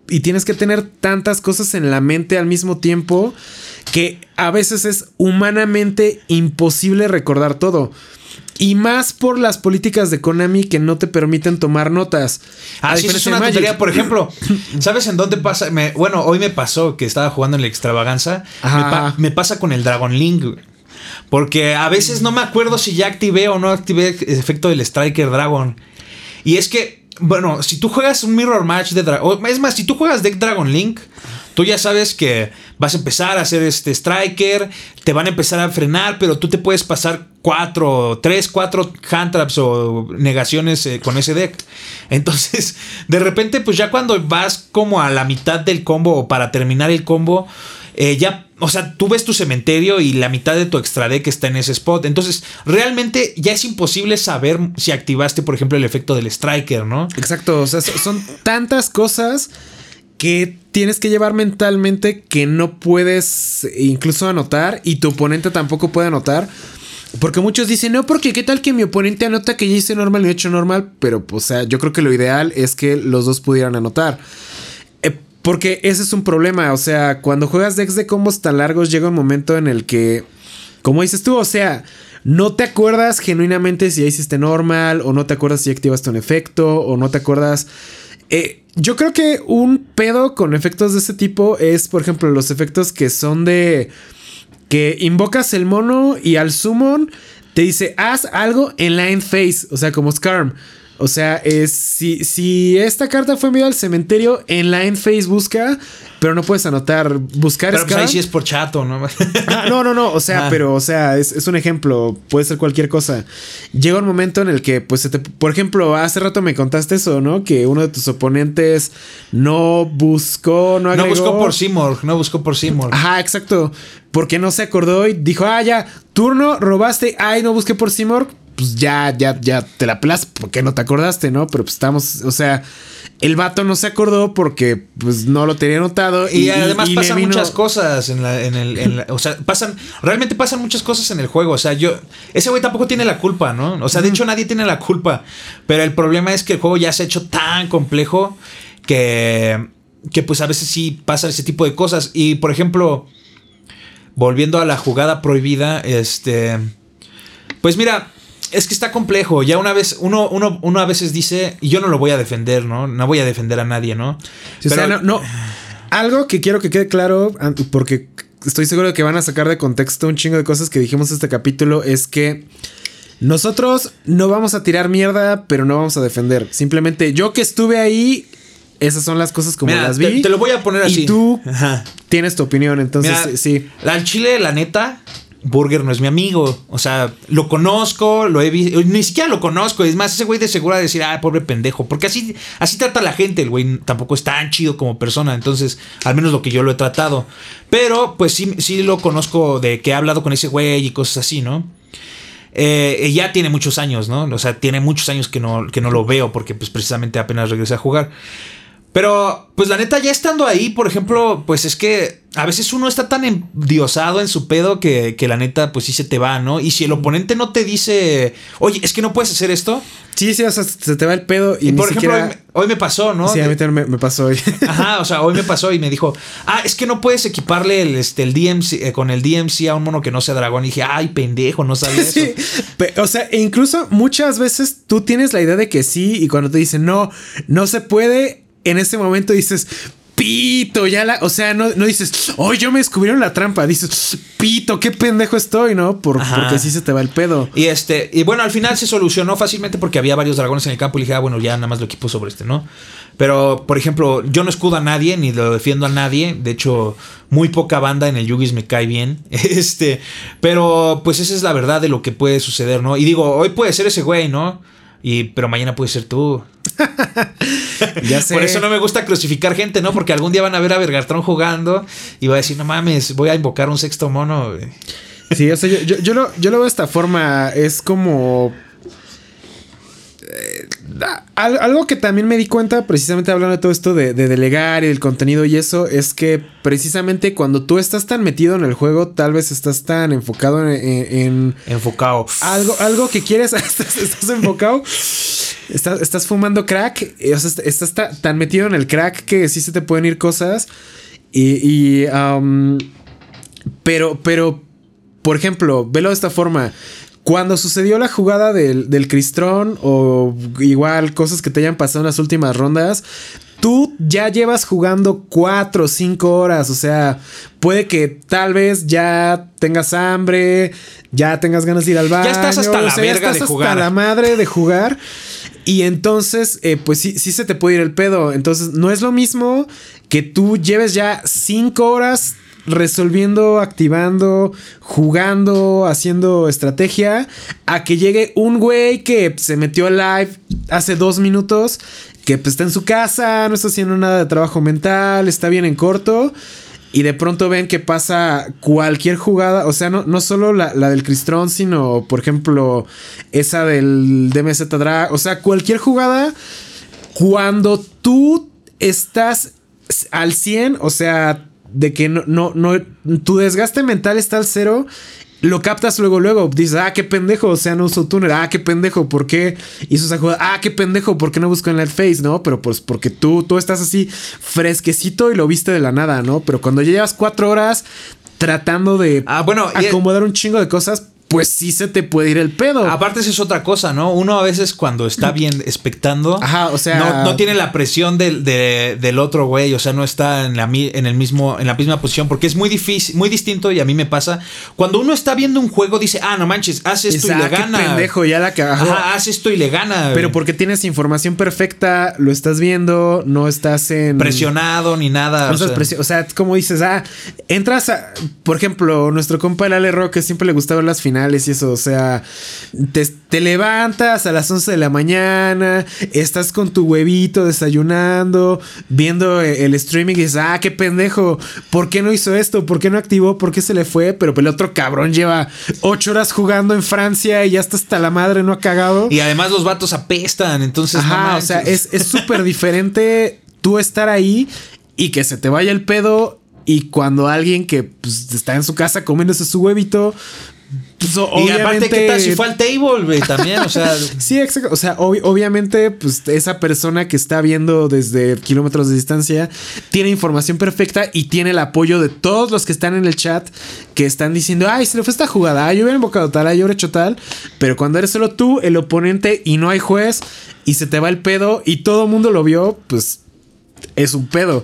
y tienes que tener tantas cosas en la mente al mismo tiempo que a veces es humanamente imposible recordar todo. Y más por las políticas de Konami que no te permiten tomar notas. Sí, eso es una tontería. Por ejemplo, ¿sabes en dónde pasa? Hoy me pasó que estaba jugando en la Extravaganza. Me pasa con el Dragon Link. Porque a veces no me acuerdo si ya activé o no activé el efecto del Striker Dragon. Y es que, bueno, si tú juegas un Mirror Match de Dragon... Es más, si tú juegas Deck Dragon Link, tú ya sabes que vas a empezar a hacer Striker, te van a empezar a frenar, pero tú te puedes pasar 4 hand traps o negaciones con ese deck. Entonces, de repente, pues ya cuando vas como a la mitad del combo o para terminar el combo, ya, o sea, tú ves tu cementerio y la mitad de tu extra deck está en ese spot. Entonces, realmente ya es imposible saber si activaste, por ejemplo, el efecto del Striker, ¿no? Exacto, o sea, son tantas cosas que tienes que llevar mentalmente que no puedes incluso anotar y tu oponente tampoco puede anotar. Porque muchos dicen, no, porque qué tal que mi oponente anota que ya hice normal y he hecho normal. Pero, o sea, yo creo que lo ideal es que los dos pudieran anotar. Porque ese es un problema. O sea, cuando juegas decks de combos tan largos, llega un momento en el que, como dices tú, o sea, no te acuerdas genuinamente si ya hiciste normal, o no te acuerdas si activaste un efecto, o no te acuerdas. Yo creo que un pedo con efectos de ese tipo es, por ejemplo, los efectos que son de que invocas el mono y al summon te dice haz algo en la end phase, o sea, como Skarm. O sea, si esta carta fue enviada al cementerio, en la end phase busca, pero no puedes anotar buscar. Pero pues ahí sí es por chato, ¿no? No. O sea, pero, o sea, es un ejemplo. Puede ser cualquier cosa. Llega un momento en el que, pues, por ejemplo, hace rato me contaste eso, ¿no? Que uno de tus oponentes no agregó. No buscó por Seymour. Ajá, exacto. Porque no se acordó y dijo, ya, turno, robaste, no busqué por Seymour. Pues ya te la pelas porque no te acordaste, ¿no? Pero pues estamos, o sea, el vato no se acordó porque pues no lo tenía notado. Y además pasan muchas cosas o sea, realmente pasan muchas cosas en el juego. O sea, ese güey tampoco tiene la culpa, ¿no? O sea, de hecho nadie tiene la culpa. Pero el problema es que el juego ya se ha hecho tan complejo que pues a veces sí pasa ese tipo de cosas. Y por ejemplo, volviendo a la jugada prohibida, pues mira, es que está complejo. Ya una vez, uno a veces dice, y yo no lo voy a defender, ¿no? No voy a defender a nadie, ¿no? Sí, pero, o sea, no. Algo que quiero que quede claro, porque estoy seguro de que van a sacar de contexto un chingo de cosas que dijimos en este capítulo, es que nosotros no vamos a tirar mierda, pero no vamos a defender. Simplemente yo que estuve ahí, esas son las cosas como las vi. Te lo voy a poner así. Y tú tienes tu opinión, entonces sí. Al chile, la neta, Burger no es mi amigo. O sea, lo conozco, lo he visto. Ni siquiera lo conozco. Es más, ese güey de seguro va a decir, pobre pendejo. Porque así trata a la gente. El güey tampoco es tan chido como persona. Entonces, al menos lo que yo lo he tratado. Pero, pues sí lo conozco de que he hablado con ese güey y cosas así, ¿no? Ya tiene muchos años, ¿no? O sea, tiene muchos años que no lo veo porque pues precisamente apenas regresé a jugar. Pero, pues la neta, ya estando ahí, por ejemplo, pues es que a veces uno está tan endiosado en su pedo que la neta, pues sí se te va, ¿no? Y si el oponente no te dice, oye, es que no puedes hacer esto. Sí, o sea, se te va el pedo. Y por ejemplo, hoy me pasó, ¿no? Sí, a mí también me pasó hoy. Ajá, o sea, hoy me pasó y me dijo, es que no puedes equiparle el DMC, con el DMC a un mono que no sea dragón. Y dije, pendejo, no sabía eso. Sí, o sea, e incluso muchas veces tú tienes la idea de que sí, y cuando te dicen, no se puede, en ese momento dices, pito, o sea, no dices, yo me descubrieron la trampa, dices, pito, qué pendejo estoy, ¿no? Porque así se te va el pedo. Y bueno, al final se solucionó fácilmente porque había varios dragones en el campo y dije, bueno, ya nada más lo equipo sobre ¿no? Pero, por ejemplo, yo no escudo a nadie ni lo defiendo a nadie. De hecho, muy poca banda en el Yugis me cae bien. Pero, pues esa es la verdad de lo que puede suceder, ¿no? Y digo, hoy puede ser ese güey, ¿no? Pero mañana puede ser tú. Ya sé. Por eso no me gusta crucificar gente, ¿no? Porque algún día van a ver a Vergatrón jugando y va a decir, no mames, voy a invocar un sexto mono. Sí, o sea, yo lo veo de esta forma. Es como... algo que también me di cuenta, precisamente hablando de todo esto de delegar y del contenido y eso, es que precisamente cuando tú estás tan metido en el juego, tal vez estás tan enfocado en enfocado. Algo que quieres, estás enfocado. Estás fumando crack, o sea, estás tan metido en el crack que sí se te pueden ir cosas. Pero, por ejemplo, velo de esta forma. Cuando sucedió la jugada del Cristron o igual cosas que te hayan pasado en las últimas rondas, tú ya llevas jugando 4 o 5 horas. O sea, puede que tal vez ya tengas hambre, ya tengas ganas de ir al baño. Ya estás hasta la verga de jugar. Hasta la madre de jugar. Y entonces, pues sí se te puede ir el pedo. Entonces, no es lo mismo que tú lleves ya 5 horas resolviendo, activando, jugando, haciendo estrategia, a que llegue un güey que se metió al live hace 2 minutos, que pues está en su casa, no está haciendo nada de trabajo mental, está bien en corto, y de pronto ven que pasa cualquier jugada. O sea, no solo la del Cristron, sino por ejemplo esa del DMZ Drag. O sea, cualquier jugada, cuando tú estás al 100, o sea, de que no, tu desgaste mental está al 0, lo captas luego. Dices, qué pendejo, o sea, no uso tuner. Qué pendejo, ¿por qué hizo esa jugada? Qué pendejo, ¿por qué no busco en el face? ¿No? Pero pues porque tú estás así fresquecito y lo viste de la nada, ¿no? Pero cuando ya llevas 4 horas tratando de acomodar un chingo de cosas, pues sí se te puede ir el pedo. Aparte, eso es otra cosa, ¿no? Uno a veces cuando está bien expectando, o sea, no tiene la presión del otro güey, o sea, no está en la misma posición, porque es muy difícil, muy distinto, y a mí me pasa. Cuando uno está viendo un juego, dice, no manches, haz esto y le gana. Qué pendejo, ya la cagó. Haz esto y le gana. Pero porque tienes información perfecta, lo estás viendo, no estás presionado ni nada. O sea, como dices, entras por ejemplo, nuestro compa el Ale Rock, que siempre le gustaba ver las finales y eso, o sea, te levantas a las 11 de la mañana, estás con tu huevito desayunando, viendo el streaming y dices, qué pendejo, ¿por qué no hizo esto? ¿Por qué no activó? ¿Por qué se le fue? Pero el otro cabrón lleva 8 horas jugando en Francia y ya está hasta la madre, no ha cagado. Y además los vatos apestan, entonces o sea, es súper diferente tú estar ahí y que se te vaya el pedo, y cuando alguien que pues, está en su casa comiéndose su huevito, pues, y aparte, ¿qué tal si fue al table, güey? También, o sea. Sí, exacto. O sea, obviamente, pues esa persona que está viendo desde kilómetros de distancia tiene información perfecta y tiene el apoyo de todos los que están en el chat, que están diciendo, se le fue esta jugada, yo hubiera invocado tal, yo hubiera hecho tal. Pero cuando eres solo tú, el oponente, y no hay juez, y se te va el pedo y todo el mundo lo vio, pues es un pedo.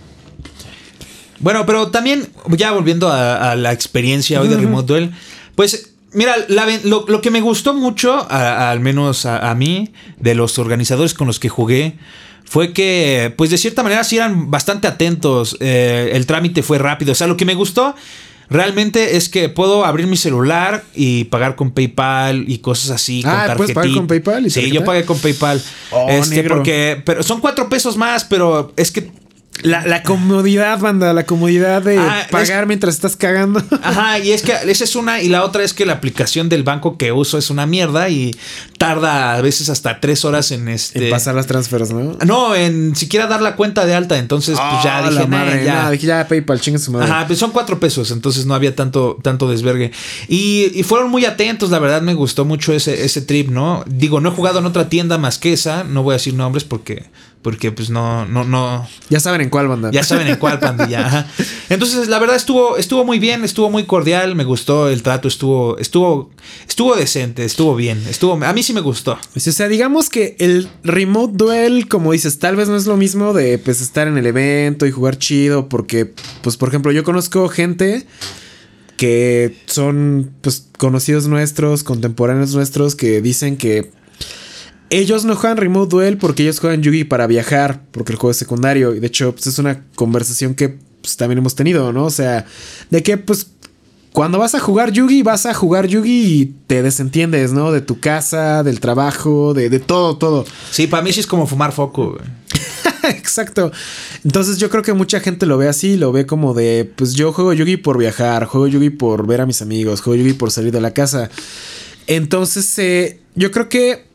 Bueno, pero también, ya volviendo a la experiencia hoy de Remote Duel, pues mira, lo que me gustó mucho, al menos a mí, de los organizadores con los que jugué, fue que, pues de cierta manera sí eran bastante atentos. El trámite fue rápido. O sea, lo que me gustó realmente es que puedo abrir mi celular y pagar con PayPal y cosas así, con tarjetita. ¿Puedes pagar con PayPal? Sí, yo pagué con PayPal. Negro. Pero son 4 pesos más, pero es que La comodidad, banda, la comodidad de pagar mientras estás cagando. Ajá, y es que esa es una, y la otra es que la aplicación del banco que uso es una mierda y tarda a veces hasta 3 horas en En pasar las transferes, ¿no? No, en siquiera dar la cuenta de alta, entonces pues ya dije, ya PayPal, chingue su madre. Ajá, pues son 4 pesos, entonces no había tanto desvergue. Y fueron muy atentos, la verdad me gustó mucho ese trip, ¿no? Digo, no he jugado en otra tienda más que esa, no voy a decir nombres porque pues no. Ya saben en cuál, banda. Ya saben en cuál, pandilla. Ajá. Entonces, la verdad estuvo muy bien, estuvo muy cordial, me gustó el trato, estuvo decente, estuvo bien, a mí sí me gustó. O sea, digamos que el Remote Duel, como dices, tal vez no es lo mismo de pues estar en el evento y jugar chido, porque pues por ejemplo, yo conozco gente que son pues conocidos nuestros, contemporáneos nuestros, que dicen que ellos no juegan Remote Duel porque ellos juegan Yu-Gi para viajar, porque el juego es secundario. Y de hecho, pues es una conversación que pues, también hemos tenido, ¿no? O sea, de que pues cuando vas a jugar Yu-Gi y te desentiendes, ¿no? De tu casa, del trabajo, de todo. Sí, para mí sí es como fumar foco, güey. Exacto. Entonces yo creo que mucha gente lo ve así, lo ve como de, pues yo juego Yu-Gi por viajar, juego Yu-Gi por ver a mis amigos, juego Yu-Gi por salir de la casa. Entonces yo creo que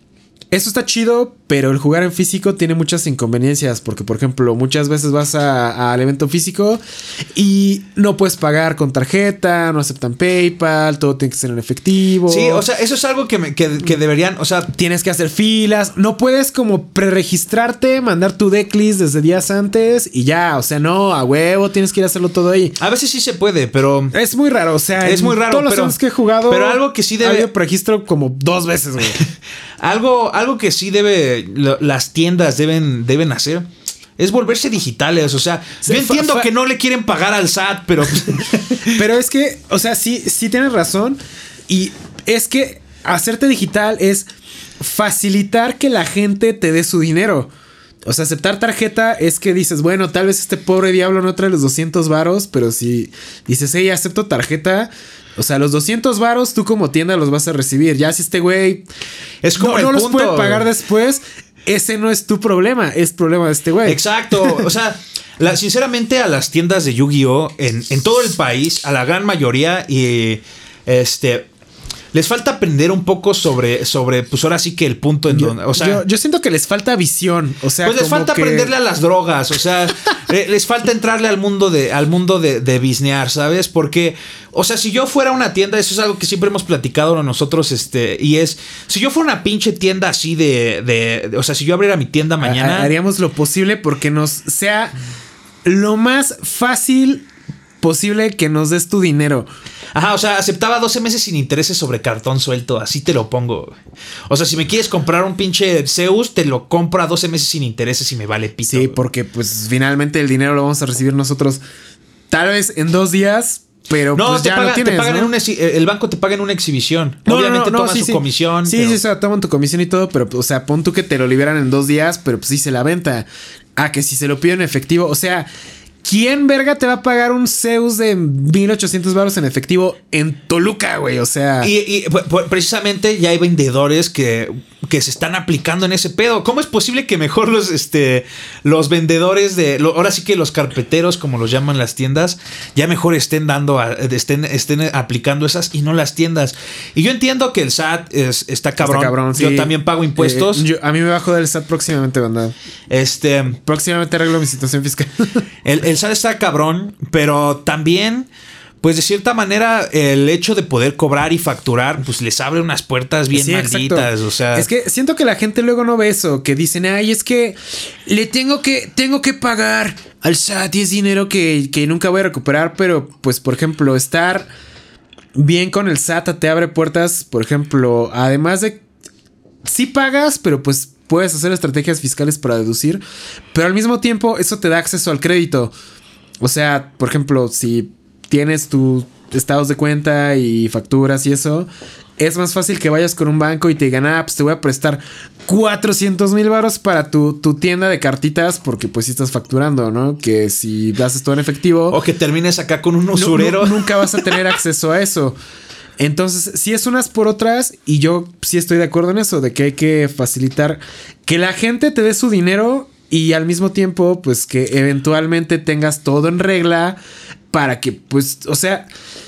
Eso está chido, pero el jugar en físico tiene muchas inconveniencias. Porque, por ejemplo, muchas veces vas al evento físico y no puedes pagar con tarjeta, no aceptan PayPal, todo tiene que ser en efectivo. Sí, o sea, eso es algo que deberían, o sea... Tienes que hacer filas, no puedes como preregistrarte, mandar tu decklist desde días antes y ya, o sea, no, a huevo, tienes que ir a hacerlo todo ahí. A veces sí se puede, pero... Es muy raro, o sea, es muy raro, todos los años que he jugado... Pero algo que sí debe... Ha habido preregistro como 2 veces, güey. Algo que sí las tiendas deben hacer es volverse digitales. O sea, yo entiendo que no le quieren pagar al SAT, pero... Pero es que, o sea, sí tienes razón. Y es que hacerte digital es facilitar que la gente te dé su dinero. O sea, aceptar tarjeta es que dices, bueno, tal vez este pobre diablo no trae los 200 varos, pero si dices, hey, acepto tarjeta... O sea, los 200 varos tú como tienda los vas a recibir. Ya si este güey es como no los puede pagar después, ese no es tu problema, es problema de este güey. Exacto. O sea, sinceramente a las tiendas de Yu-Gi-Oh! En todo el país, a la gran mayoría, y les falta aprender un poco sobre, pues ahora sí que el punto en donde, o sea, yo siento que les falta visión, o sea, pues les falta aprenderle a las drogas, o sea, les falta entrarle al mundo de biznear, ¿sabes? Porque, o sea, si yo fuera una tienda, eso es algo que siempre hemos platicado nosotros, y es, si yo fuera una pinche tienda así o sea, si yo abriera mi tienda mañana, haríamos lo posible porque nos sea lo más fácil posible que nos des tu dinero. Ajá, o sea, aceptaba 12 meses sin intereses sobre cartón suelto, así te lo pongo. O sea, si me quieres comprar un pinche Zeus, te lo compro a 12 meses sin intereses y me vale pito. Sí, porque pues finalmente el dinero lo vamos a recibir nosotros tal vez en 2 días, pero no, pues ya lo tienes, te pagan ¿no? el banco te paga en una exhibición. No, obviamente toma sí, su comisión. Sí, pero... sí, o sea, toman tu comisión y todo, pero o sea, pon tú que te lo liberan en 2 días, pero pues sí se la venta. Ah, que si se lo piden en efectivo, o sea... ¿Quién verga te va a pagar un Zeus de 1,800 varos en efectivo en Toluca, güey? O sea... Y precisamente ya hay vendedores que se están aplicando en ese pedo. ¿Cómo es posible que mejor los vendedores ahora sí que los carpeteros, como los llaman las tiendas, ya mejor estén aplicando esas y no las tiendas? Y yo entiendo que el SAT está cabrón. Sí. Yo también pago impuestos. A mí me bajo del SAT próximamente, banda. Próximamente arreglo mi situación fiscal. El SAT está cabrón, pero también, pues de cierta manera, el hecho de poder cobrar y facturar, pues les abre unas puertas bien malditas. Exacto. O sea, es que siento que la gente luego no ve eso, que dicen, ay, es que tengo que pagar al SAT y es dinero que nunca voy a recuperar. Pero, pues, por ejemplo, estar bien con el SAT te abre puertas, por ejemplo, además de sí pagas, pero pues puedes hacer estrategias fiscales para deducir, pero al mismo tiempo eso te da acceso al crédito. O sea, por ejemplo, si tienes tus estados de cuenta y facturas y eso, es más fácil que vayas con un banco y te digan, pues te voy a prestar 400,000 varos para tu tienda de cartitas, porque pues sí estás facturando, ¿no? Que si haces todo en efectivo... O que termines acá con un usurero. Nunca vas a tener acceso a eso. Entonces, sí es unas por otras, y yo sí estoy de acuerdo en eso, de que hay que facilitar que la gente te dé su dinero y al mismo tiempo, pues que eventualmente tengas todo en regla para que, pues, o sea,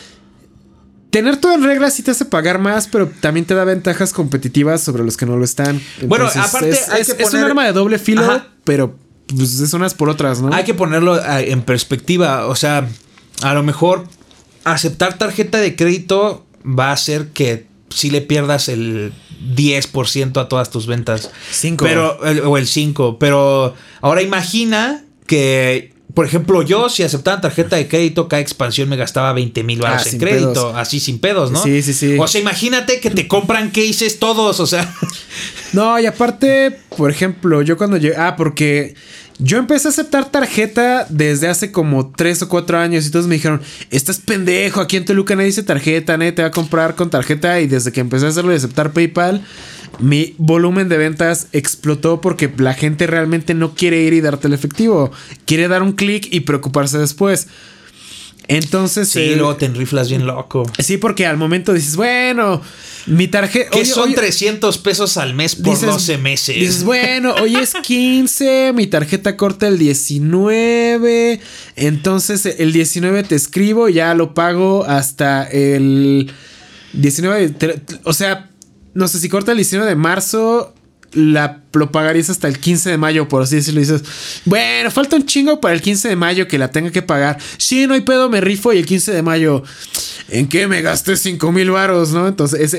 tener todo en regla sí te hace pagar más, pero también te da ventajas competitivas sobre los que no lo están. Entonces, bueno, aparte es un arma de doble filo, ajá, pero pues es unas por otras, ¿no? Hay que ponerlo en perspectiva, o sea, a lo mejor aceptar tarjeta de crédito va a hacer que sí le pierdas el 10% a todas tus ventas. 5. O el 5. Pero ahora imagina que, por ejemplo, yo si aceptaba tarjeta de crédito, cada expansión me gastaba 20,000 varos en crédito. Pedos. Así sin pedos, ¿no? Sí, sí, sí. O sea, imagínate que te compran cases todos, o sea. No, y aparte, por ejemplo, yo cuando llegué... porque... Yo empecé a aceptar tarjeta desde hace como 3 o 4 años y todos me dijeron, estás pendejo, aquí en Toluca nadie dice tarjeta, nadie te va a comprar con tarjeta. Y desde que empecé a hacerlo y aceptar PayPal, mi volumen de ventas explotó porque la gente realmente no quiere ir y darte el efectivo. Quiere dar un clic y preocuparse después. Entonces... Sí, luego te enriflas bien loco. Sí, porque al momento dices, bueno, mi tarjeta... Que son 300 pesos al mes por 12 meses. Dices, bueno, hoy es 15, mi tarjeta corta el 19. Entonces el 19 te escribo y ya lo pago hasta el 19. O sea, no sé si corta el 19 de marzo... lo pagarías hasta el 15 de mayo, por así decirlo. Y dices, bueno, falta un chingo para el 15 de mayo que la tenga que pagar. Sí, no hay pedo, me rifo. Y el 15 de mayo, ¿en qué me gasté 5,000 varos, no? Entonces,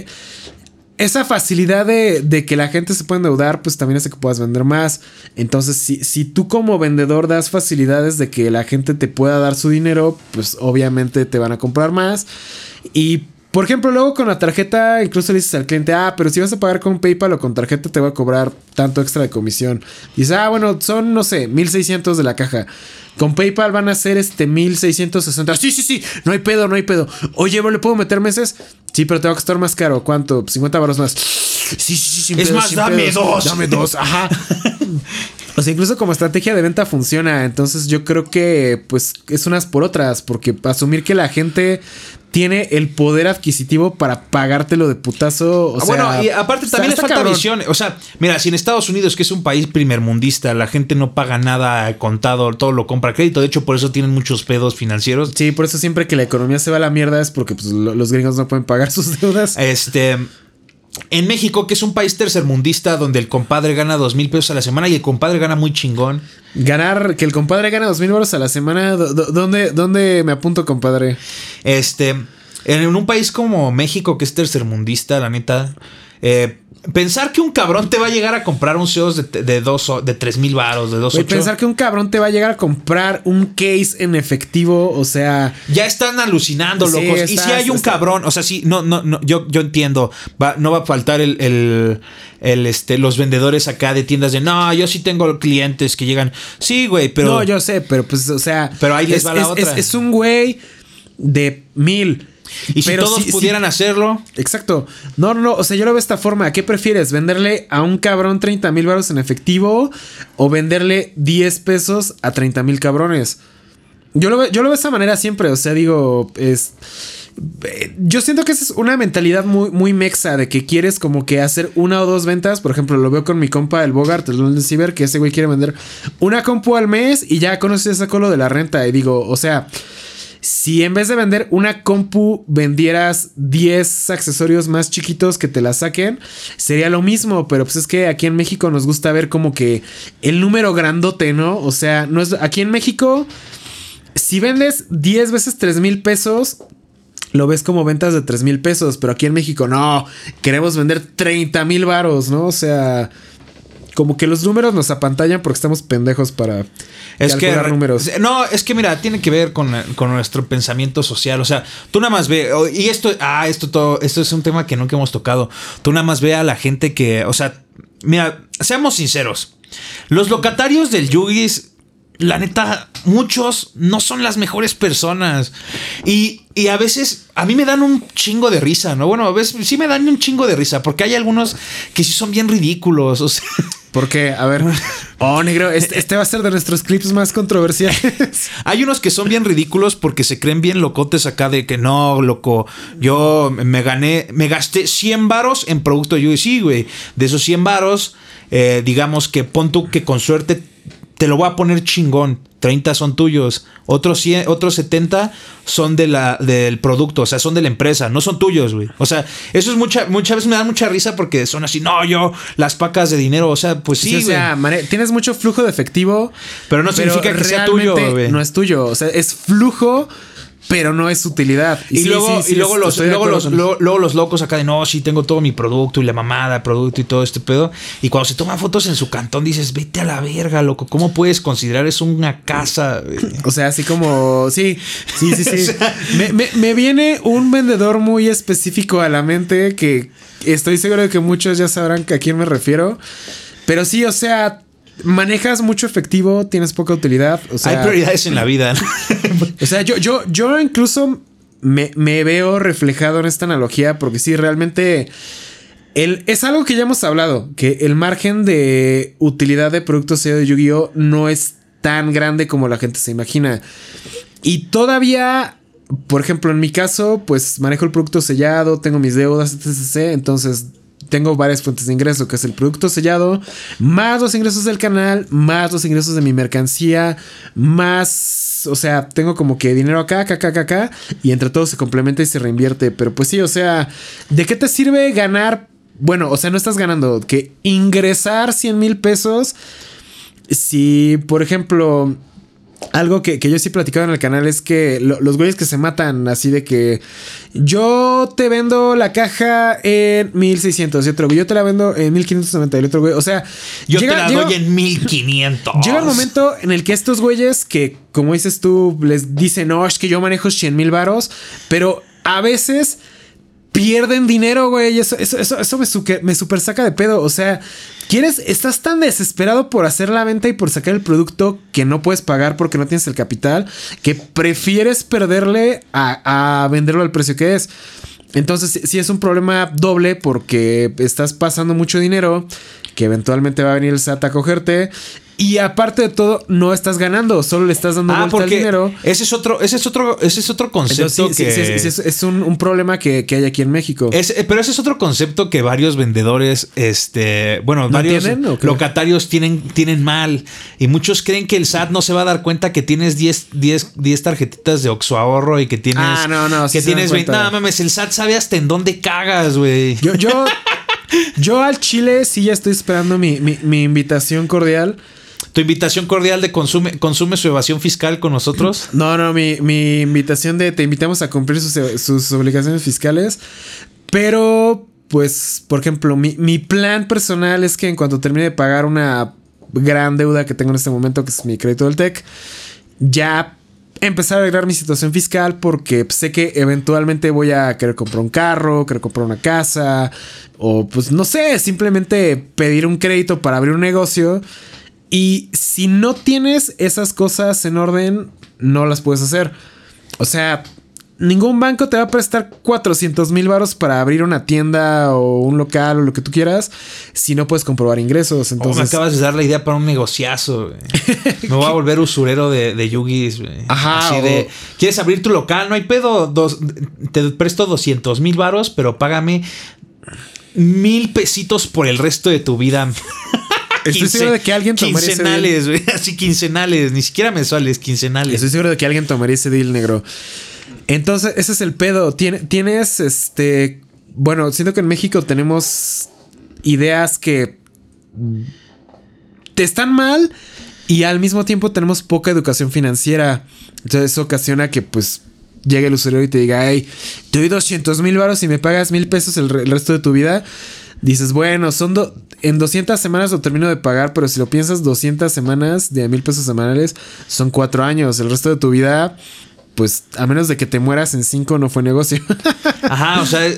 esa facilidad de que la gente se puede endeudar, pues también hace que puedas vender más. Entonces, si tú como vendedor das facilidades de que la gente te pueda dar su dinero, pues obviamente te van a comprar más. Y por ejemplo, luego con la tarjeta incluso le dices al cliente, pero si vas a pagar con PayPal o con tarjeta te voy a cobrar tanto extra de comisión. Y dices, bueno, son, no sé, 1,600 de la caja. Con PayPal van a ser 1,660. Sí, no hay pedo. Oye, ¿le puedo meter meses? Sí, pero te va a costar más caro. ¿Cuánto? 50 baros más. Sí, sin es pedos, más, dame pedos. dos. Dame dos, ajá. O sea, incluso como estrategia de venta funciona. Entonces yo creo que pues es unas por otras. Porque asumir que la gente tiene el poder adquisitivo para pagártelo de putazo. O sea, bueno, y aparte también les falta visión. O sea, mira, si en Estados Unidos, que es un país primermundista, la gente no paga nada contado, todo lo compra a crédito. De hecho, por eso tienen muchos pedos financieros. Sí, por eso siempre que la economía se va a la mierda es porque pues, los gringos no pueden pagar sus deudas. En México, que es un país tercermundista donde el compadre gana 2,000 pesos a la semana y el compadre gana muy chingón. Que el compadre gana 2,000 euros a la semana. ¿Dónde me apunto, compadre? En un país como México, que es tercermundista, la neta, pensar que un cabrón te va a llegar a comprar un CEOs de 3,000 varos, de 2,8. Pensar que un cabrón te va a llegar a comprar un case en efectivo, o sea, ya están alucinando, locos. Sí, y si hay un cabrón, o sea, sí, no, yo entiendo, no va a faltar los vendedores acá de tiendas de no, yo sí tengo clientes que llegan. Sí, güey, pero no, yo sé, pero pues, o sea, pero ahí les va la otra. Es un güey de 1,000. Y si todos pudieran hacerlo. Exacto. No. O sea, yo lo veo de esta forma. ¿Qué prefieres? ¿Venderle a un cabrón 30,000 varos en efectivo? ¿O venderle 10 pesos a 30,000 cabrones? Yo lo veo de esa manera siempre. O sea, digo, yo siento que esa es una mentalidad muy, muy mexa de que quieres como que hacer una o dos ventas. Por ejemplo, lo veo con mi compa, el Bogart, el London Ciber, que ese güey quiere vender una compu al mes y ya con eso ya sacó lo de la renta. Y digo, o sea, si en vez de vender una compu vendieras 10 accesorios más chiquitos que te la saquen, sería lo mismo. Pero pues es que aquí en México nos gusta ver como que el número grandote, ¿no? O sea, no es, aquí en México, si vendes 10 veces 3,000 pesos, lo ves como ventas de 3,000 pesos. Pero aquí en México, no, queremos vender 30,000 varos, ¿no? O sea, como que los números nos apantallan porque estamos pendejos para calcular números. No, es que mira, tiene que ver con nuestro pensamiento social. O sea, tú nada más ve, y esto es un tema que nunca hemos tocado. Tú nada más ve a la gente que, o sea, mira, seamos sinceros. Los locatarios del Yugis, la neta, muchos no son las mejores personas. Y a veces a mí me dan un chingo de risa, ¿no? Bueno, a veces sí me dan un chingo de risa porque hay algunos que sí son bien ridículos, o sea. ¿Por qué? A ver. Negro, este va a ser de nuestros clips más controversiales. Hay unos que son bien ridículos porque se creen bien locotes acá de que no, loco, yo me gasté 100 varos en producto. Yo sí, güey, de esos 100 varos, digamos que pon tú que con suerte te lo voy a poner chingón. 30 son tuyos, otros 70 son del producto, o sea, son de la empresa, no son tuyos, güey. O sea, eso es muchas veces me da mucha risa porque son así, no, yo, las pacas de dinero, o sea, pues sí, güey. O sea, tienes mucho flujo de efectivo, pero no significa que sea tuyo, güey. No es tuyo, o sea, es flujo, pero no es utilidad. Y luego los locos acá de no, sí tengo todo mi producto y la mamada, producto y todo este pedo. Y cuando se toman fotos en su cantón dices, vete a la verga, loco. ¿Cómo puedes considerar eso una casa? O sea, así como, sí. O sea, me viene un vendedor muy específico a la mente que estoy seguro de que muchos ya sabrán a quién me refiero. Pero sí, o sea, manejas mucho efectivo, tienes poca utilidad. O sea, hay prioridades en la vida. O sea, yo incluso me veo reflejado en esta analogía porque sí, realmente es algo que ya hemos hablado, que el margen de utilidad de productos sello de Yu-Gi-Oh no es tan grande como la gente se imagina. Y todavía, por ejemplo, en mi caso, pues manejo el producto sellado, tengo mis deudas, etc. Entonces tengo varias fuentes de ingreso, que es el producto sellado, más los ingresos del canal, más los ingresos de mi mercancía, más, o sea, tengo como que dinero acá, y entre todo se complementa y se reinvierte. Pero pues sí, o sea, ¿de qué te sirve ganar bueno, o sea, no estás ganando, que ingresar 100,000 pesos, si, por ejemplo, algo que yo sí he platicado en el canal es que los güeyes que se matan así de que yo te vendo la caja en 1,600 y otro güey, yo te la vendo en 1,590 y el otro güey, o sea, yo te la doy en 1,500. Llega un momento en el que estos güeyes que, como dices tú, les dicen, no, es que yo manejo 100,000 varos, pero a veces pierden dinero, güey. Eso me super saca de pedo. O sea, estás tan desesperado por hacer la venta y por sacar el producto que no puedes pagar porque no tienes el capital, que prefieres perderle a venderlo al precio que es. Entonces, sí es un problema doble porque estás pasando mucho dinero que eventualmente va a venir el SAT a cogerte. Y aparte de todo, no estás ganando, solo le estás dando vuelta al dinero. Ese es otro concepto. Entonces, sí, es un problema que hay aquí en México. Pero ese es otro concepto que varios vendedores, varios locatarios tienen mal. Y muchos creen que el SAT no se va a dar cuenta que tienes 10 tarjetitas de Oxxo Ahorro y que tienes. Tienes 20. No mames, el SAT sabe hasta en dónde cagas, güey. Yo al Chile sí ya estoy esperando mi invitación cordial. ¿Tu invitación cordial de consume su evasión fiscal con nosotros? No, mi invitación de te invitamos a cumplir sus obligaciones fiscales. Pero, pues, por ejemplo, mi plan personal es que en cuanto termine de pagar una gran deuda que tengo en este momento, que es mi crédito del TEC, ya empezar a arreglar mi situación fiscal porque sé que eventualmente voy a querer comprar un carro, querer comprar una casa o pues no sé, simplemente pedir un crédito para abrir un negocio. Y si no tienes esas cosas en orden, no las puedes hacer. O sea, ningún banco te va a prestar 400,000 varos para abrir una tienda o un local o lo que tú quieras si no puedes comprobar ingresos. Entonces, me acabas de dar la idea para un negociazo, güey. Me voy a volver usurero de yugis, güey. Ajá. Así ¿quieres abrir tu local? No hay pedo. Te presto 200,000 varos, pero págame 1,000 pesitos por el resto de tu vida. Estoy seguro de que alguien tomaría quincenales, güey. Así quincenales. Ni siquiera mensuales, quincenales. Estoy seguro de que alguien tomaría ese deal, negro. Entonces, ese es el pedo. Tienes, bueno, siento que en México tenemos ideas que te están mal y al mismo tiempo tenemos poca educación financiera. Entonces, eso ocasiona que, pues, llegue el usuario y te diga, hey, te doy 200,000 varos y me pagas 1,000 pesos el resto de tu vida. Dices, bueno, en 200 semanas lo termino de pagar, pero si lo piensas, 200 semanas de 1,000 pesos semanales son 4 años. El resto de tu vida, pues, a menos de que te mueras en 5, no fue negocio. Ajá, o sea,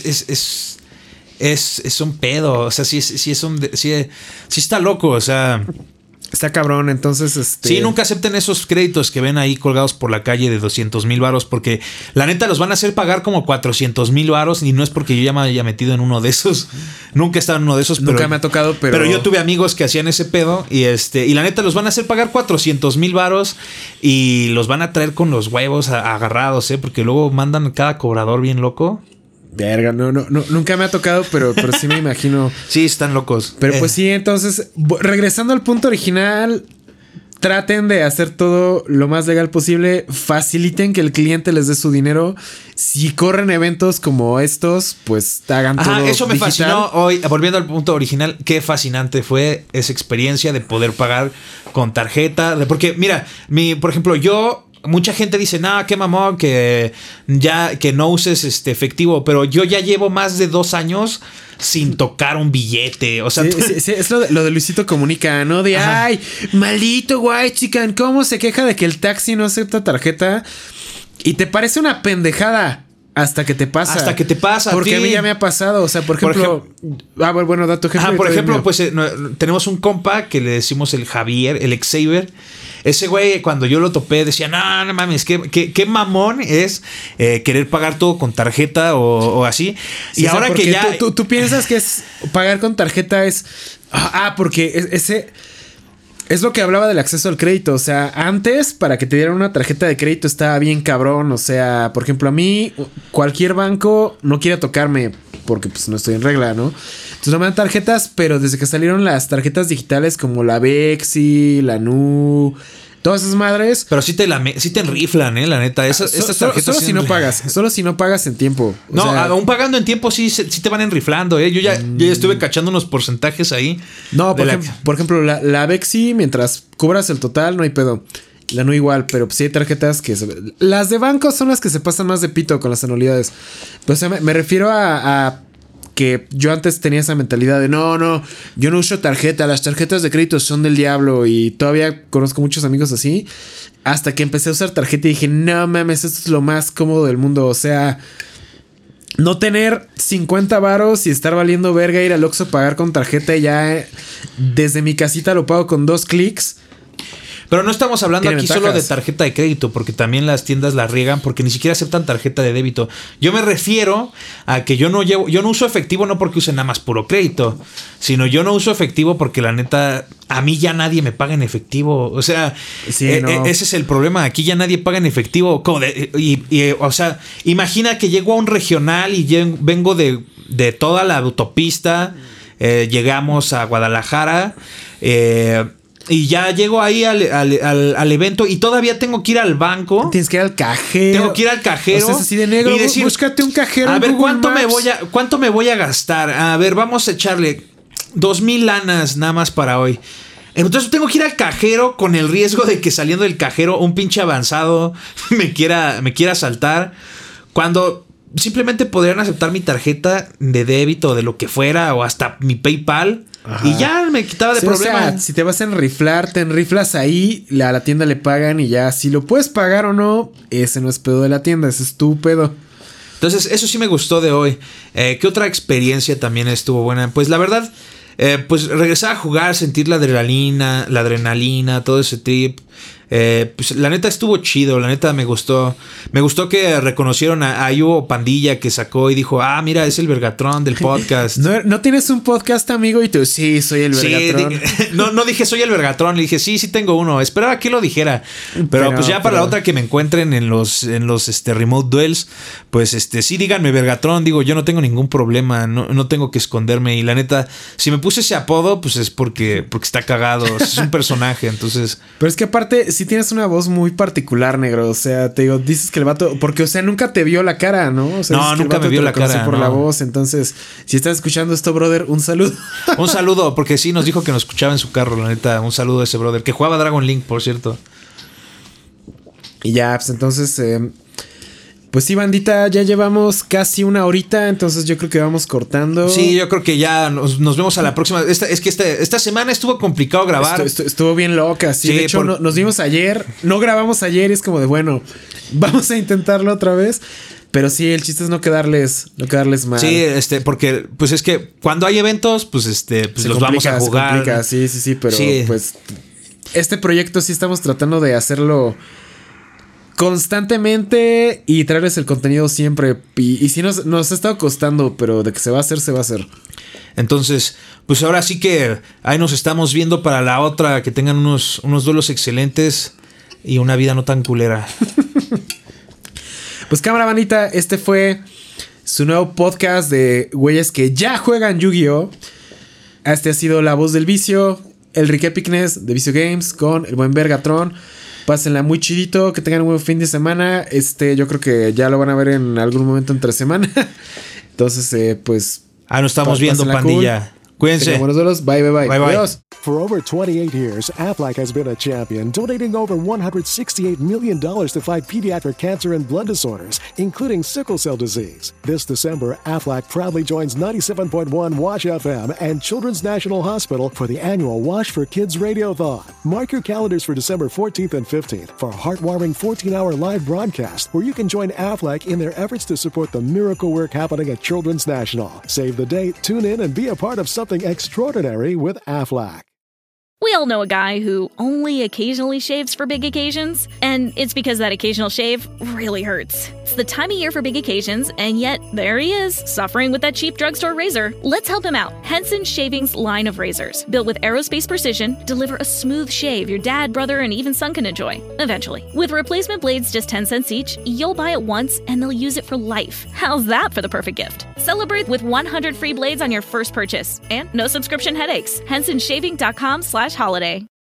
es un pedo. O sea, sí está loco, o sea. Está cabrón, entonces Sí, nunca acepten esos créditos que ven ahí colgados por la calle de 200,000 varos porque la neta los van a hacer pagar como 400,000 varos y no es porque yo ya me haya metido en uno de esos. Nunca he estado en uno de esos. Nunca me ha tocado, pero yo tuve amigos que hacían ese pedo y la neta los van a hacer pagar 400,000 varos y los van a traer con los huevos agarrados, porque luego mandan cada cobrador bien loco. Verga, no, nunca me ha tocado, pero sí me imagino. Sí, están locos. Pero pues sí, entonces, regresando al punto original, traten de hacer todo lo más legal posible. Faciliten que el cliente les dé su dinero. Si corren eventos como estos, pues hagan todo eso me digital. Fascinó hoy. Volviendo al punto original, qué fascinante fue esa experiencia de poder pagar con tarjeta. Porque, mira, por ejemplo, mucha gente dice, qué mamón, que no uses efectivo. Pero yo ya llevo más de 2 años sin tocar un billete. O sea, sí, es lo de Luisito Comunica, ¿no? De, ajá, ay, maldito guay, chican, ¿cómo se queja de que el taxi no acepta tarjeta? Y te parece una pendejada hasta que te pasa. Porque a mí ya me ha pasado. O sea, por ejemplo. Bueno, da tu ejemplo. Por ejemplo, pues tenemos un compa que le decimos el Javier, el Xavier. Ese güey, cuando yo lo topé, decía, no mames, qué mamón es querer pagar todo con tarjeta o así. Sí, y ahora que ya. Tú piensas que es pagar con tarjeta es. Porque ese. Es lo que hablaba del acceso al crédito. O sea, antes, para que te dieran una tarjeta de crédito estaba bien cabrón. O sea, por ejemplo, a mí, cualquier banco no quiere tocarme porque pues no estoy en regla, ¿no? Entonces no me dan tarjetas, pero desde que salieron las tarjetas digitales como la Bexi, la Nu, todas esas madres. Pero sí te enriflan, la neta. Estas tarjetas solo si no pagas. Solo si no pagas en tiempo. No, aún pagando en tiempo sí te van enriflando, Yo ya estuve cachando unos porcentajes ahí. No, por ejemplo, la Bexi, mientras cubras el total, no hay pedo. La no igual, pero sí hay tarjetas que... Las de banco son las que se pasan más de pito con las anualidades. Pues, o sea, me refiero a que yo antes tenía esa mentalidad de no, yo no uso tarjeta, las tarjetas de crédito son del diablo, y todavía conozco muchos amigos así, hasta que empecé a usar tarjeta y dije, no mames, esto es lo más cómodo del mundo. O sea, no tener 50 varos y estar valiendo verga, ir al Oxxo, pagar con tarjeta y ya desde mi casita lo pago con 2 clics. Pero no estamos hablando aquí ventajas. solo de tarjeta de crédito, porque también las tiendas la riegan porque ni siquiera aceptan tarjeta de débito. Yo me refiero a que yo no uso efectivo no porque use nada más puro crédito, sino yo no uso efectivo porque la neta, a mí ya nadie me paga en efectivo. O sea, sí, no. Ese es el problema. Aquí ya nadie paga en efectivo. O sea, imagina que llego a un regional y vengo de toda la autopista, llegamos a Guadalajara, y ya llego ahí al evento y todavía tengo que ir al banco. Tienes que ir al cajero. Tengo que ir al cajero. O sea, así de negro, y decir, búscate un cajero. A ver, ¿cuánto me voy a gastar? A ver, vamos a echarle 2,000 lanas nada más para hoy. Entonces tengo que ir al cajero con el riesgo de que saliendo del cajero un pinche avanzado me quiera asaltar. Cuando simplemente podrían aceptar mi tarjeta de débito o de lo que fuera, o hasta mi PayPal. Ajá. Y ya me quitaba de problema. O sea, si te vas a enriflar, te enriflas ahí, a la tienda le pagan y ya. Si lo puedes pagar o no, ese no es pedo de la tienda, ese es tu pedo. Entonces, eso sí me gustó de hoy. ¿Qué otra experiencia también estuvo buena? Pues la verdad, pues regresar a jugar, sentir la adrenalina, todo ese trip. Pues la neta estuvo chido, la neta me gustó. Me gustó que reconocieron ahí hubo pandilla que sacó y dijo, mira, es el Vergatrón del podcast. ¿No tienes un podcast, amigo? Y tú, sí, soy el Vergatrón. No dije soy el Vergatrón, le dije, sí tengo uno. Esperaba que lo dijera. Pero pues ya para la otra que me encuentren en los remote duels, pues sí díganme Vergatrón, digo, yo no tengo ningún problema, no tengo que esconderme. Y la neta, si me puse ese apodo, pues es porque está cagado, es un personaje, entonces. Pero es que aparte, sí tienes una voz muy particular, negro. O sea, te digo, dices que el vato, porque, o sea, nunca te vio la cara, ¿no? O sea, no, nunca me vio la cara por la voz. Entonces, si estás escuchando esto, brother, un saludo. Un saludo, porque sí nos dijo que nos escuchaba en su carro, la neta. Un saludo a ese brother, que jugaba Dragon Link, por cierto. Y ya, pues entonces, pues sí, bandita, ya llevamos casi una horita, entonces yo creo que vamos cortando. Sí, yo creo que ya nos vemos a la próxima. Esta semana estuvo complicado grabar. Estuvo bien loca, sí. De hecho, nos vimos ayer, no grabamos ayer y es como de, bueno, vamos a intentarlo otra vez. Pero sí, el chiste es no quedarles mal. Sí, porque pues es que cuando hay eventos, pues los vamos a jugar. Sí, pero pues este proyecto sí estamos tratando de hacerlo constantemente y traerles el contenido siempre. Y sí nos ha estado costando, pero de que se va a hacer, se va a hacer. Entonces, pues ahora sí que ahí nos estamos viendo para la otra. Que tengan unos duelos excelentes y una vida no tan culera. Pues cámara, bandita, este fue su nuevo podcast de güeyes que ya juegan Yu-Gi-Oh! Este ha sido La Voz del Vicio, el Rick Epicness de Vicio Games con el buen Vergatrón. Pásenla muy chidito, que tengan un buen fin de semana. Yo creo que ya lo van a ver en algún momento entre semana. Entonces, pues... nos estamos viendo, pandilla. Cool. Cuídense. Buenos duelos. Bye. Adiós. For over 28 years, Aflac has been a champion, donating over $168 million to fight pediatric cancer and blood disorders, including sickle cell disease. This December, Aflac proudly joins 97.1 Wash FM and Children's National Hospital for the annual Wash for Kids Radiothon. Mark your calendars for December 14th and 15th for a heartwarming 14-hour live broadcast where you can join Aflac in their efforts to support the miracle work happening at Children's National. Save the date, tune in, and be a part of something extraordinary with Aflac. We all know a guy who only occasionally shaves for big occasions, and it's because that occasional shave really hurts. It's the time of year for big occasions, and yet there he is, suffering with that cheap drugstore razor. Let's help him out. Henson Shaving's line of razors, built with aerospace precision, deliver a smooth shave your dad, brother, and even son can enjoy, eventually. With replacement blades just 10 cents each, you'll buy it once, and they'll use it for life. How's that for the perfect gift? Celebrate with 100 free blades on your first purchase, and no subscription headaches. HensonShaving.com/holiday.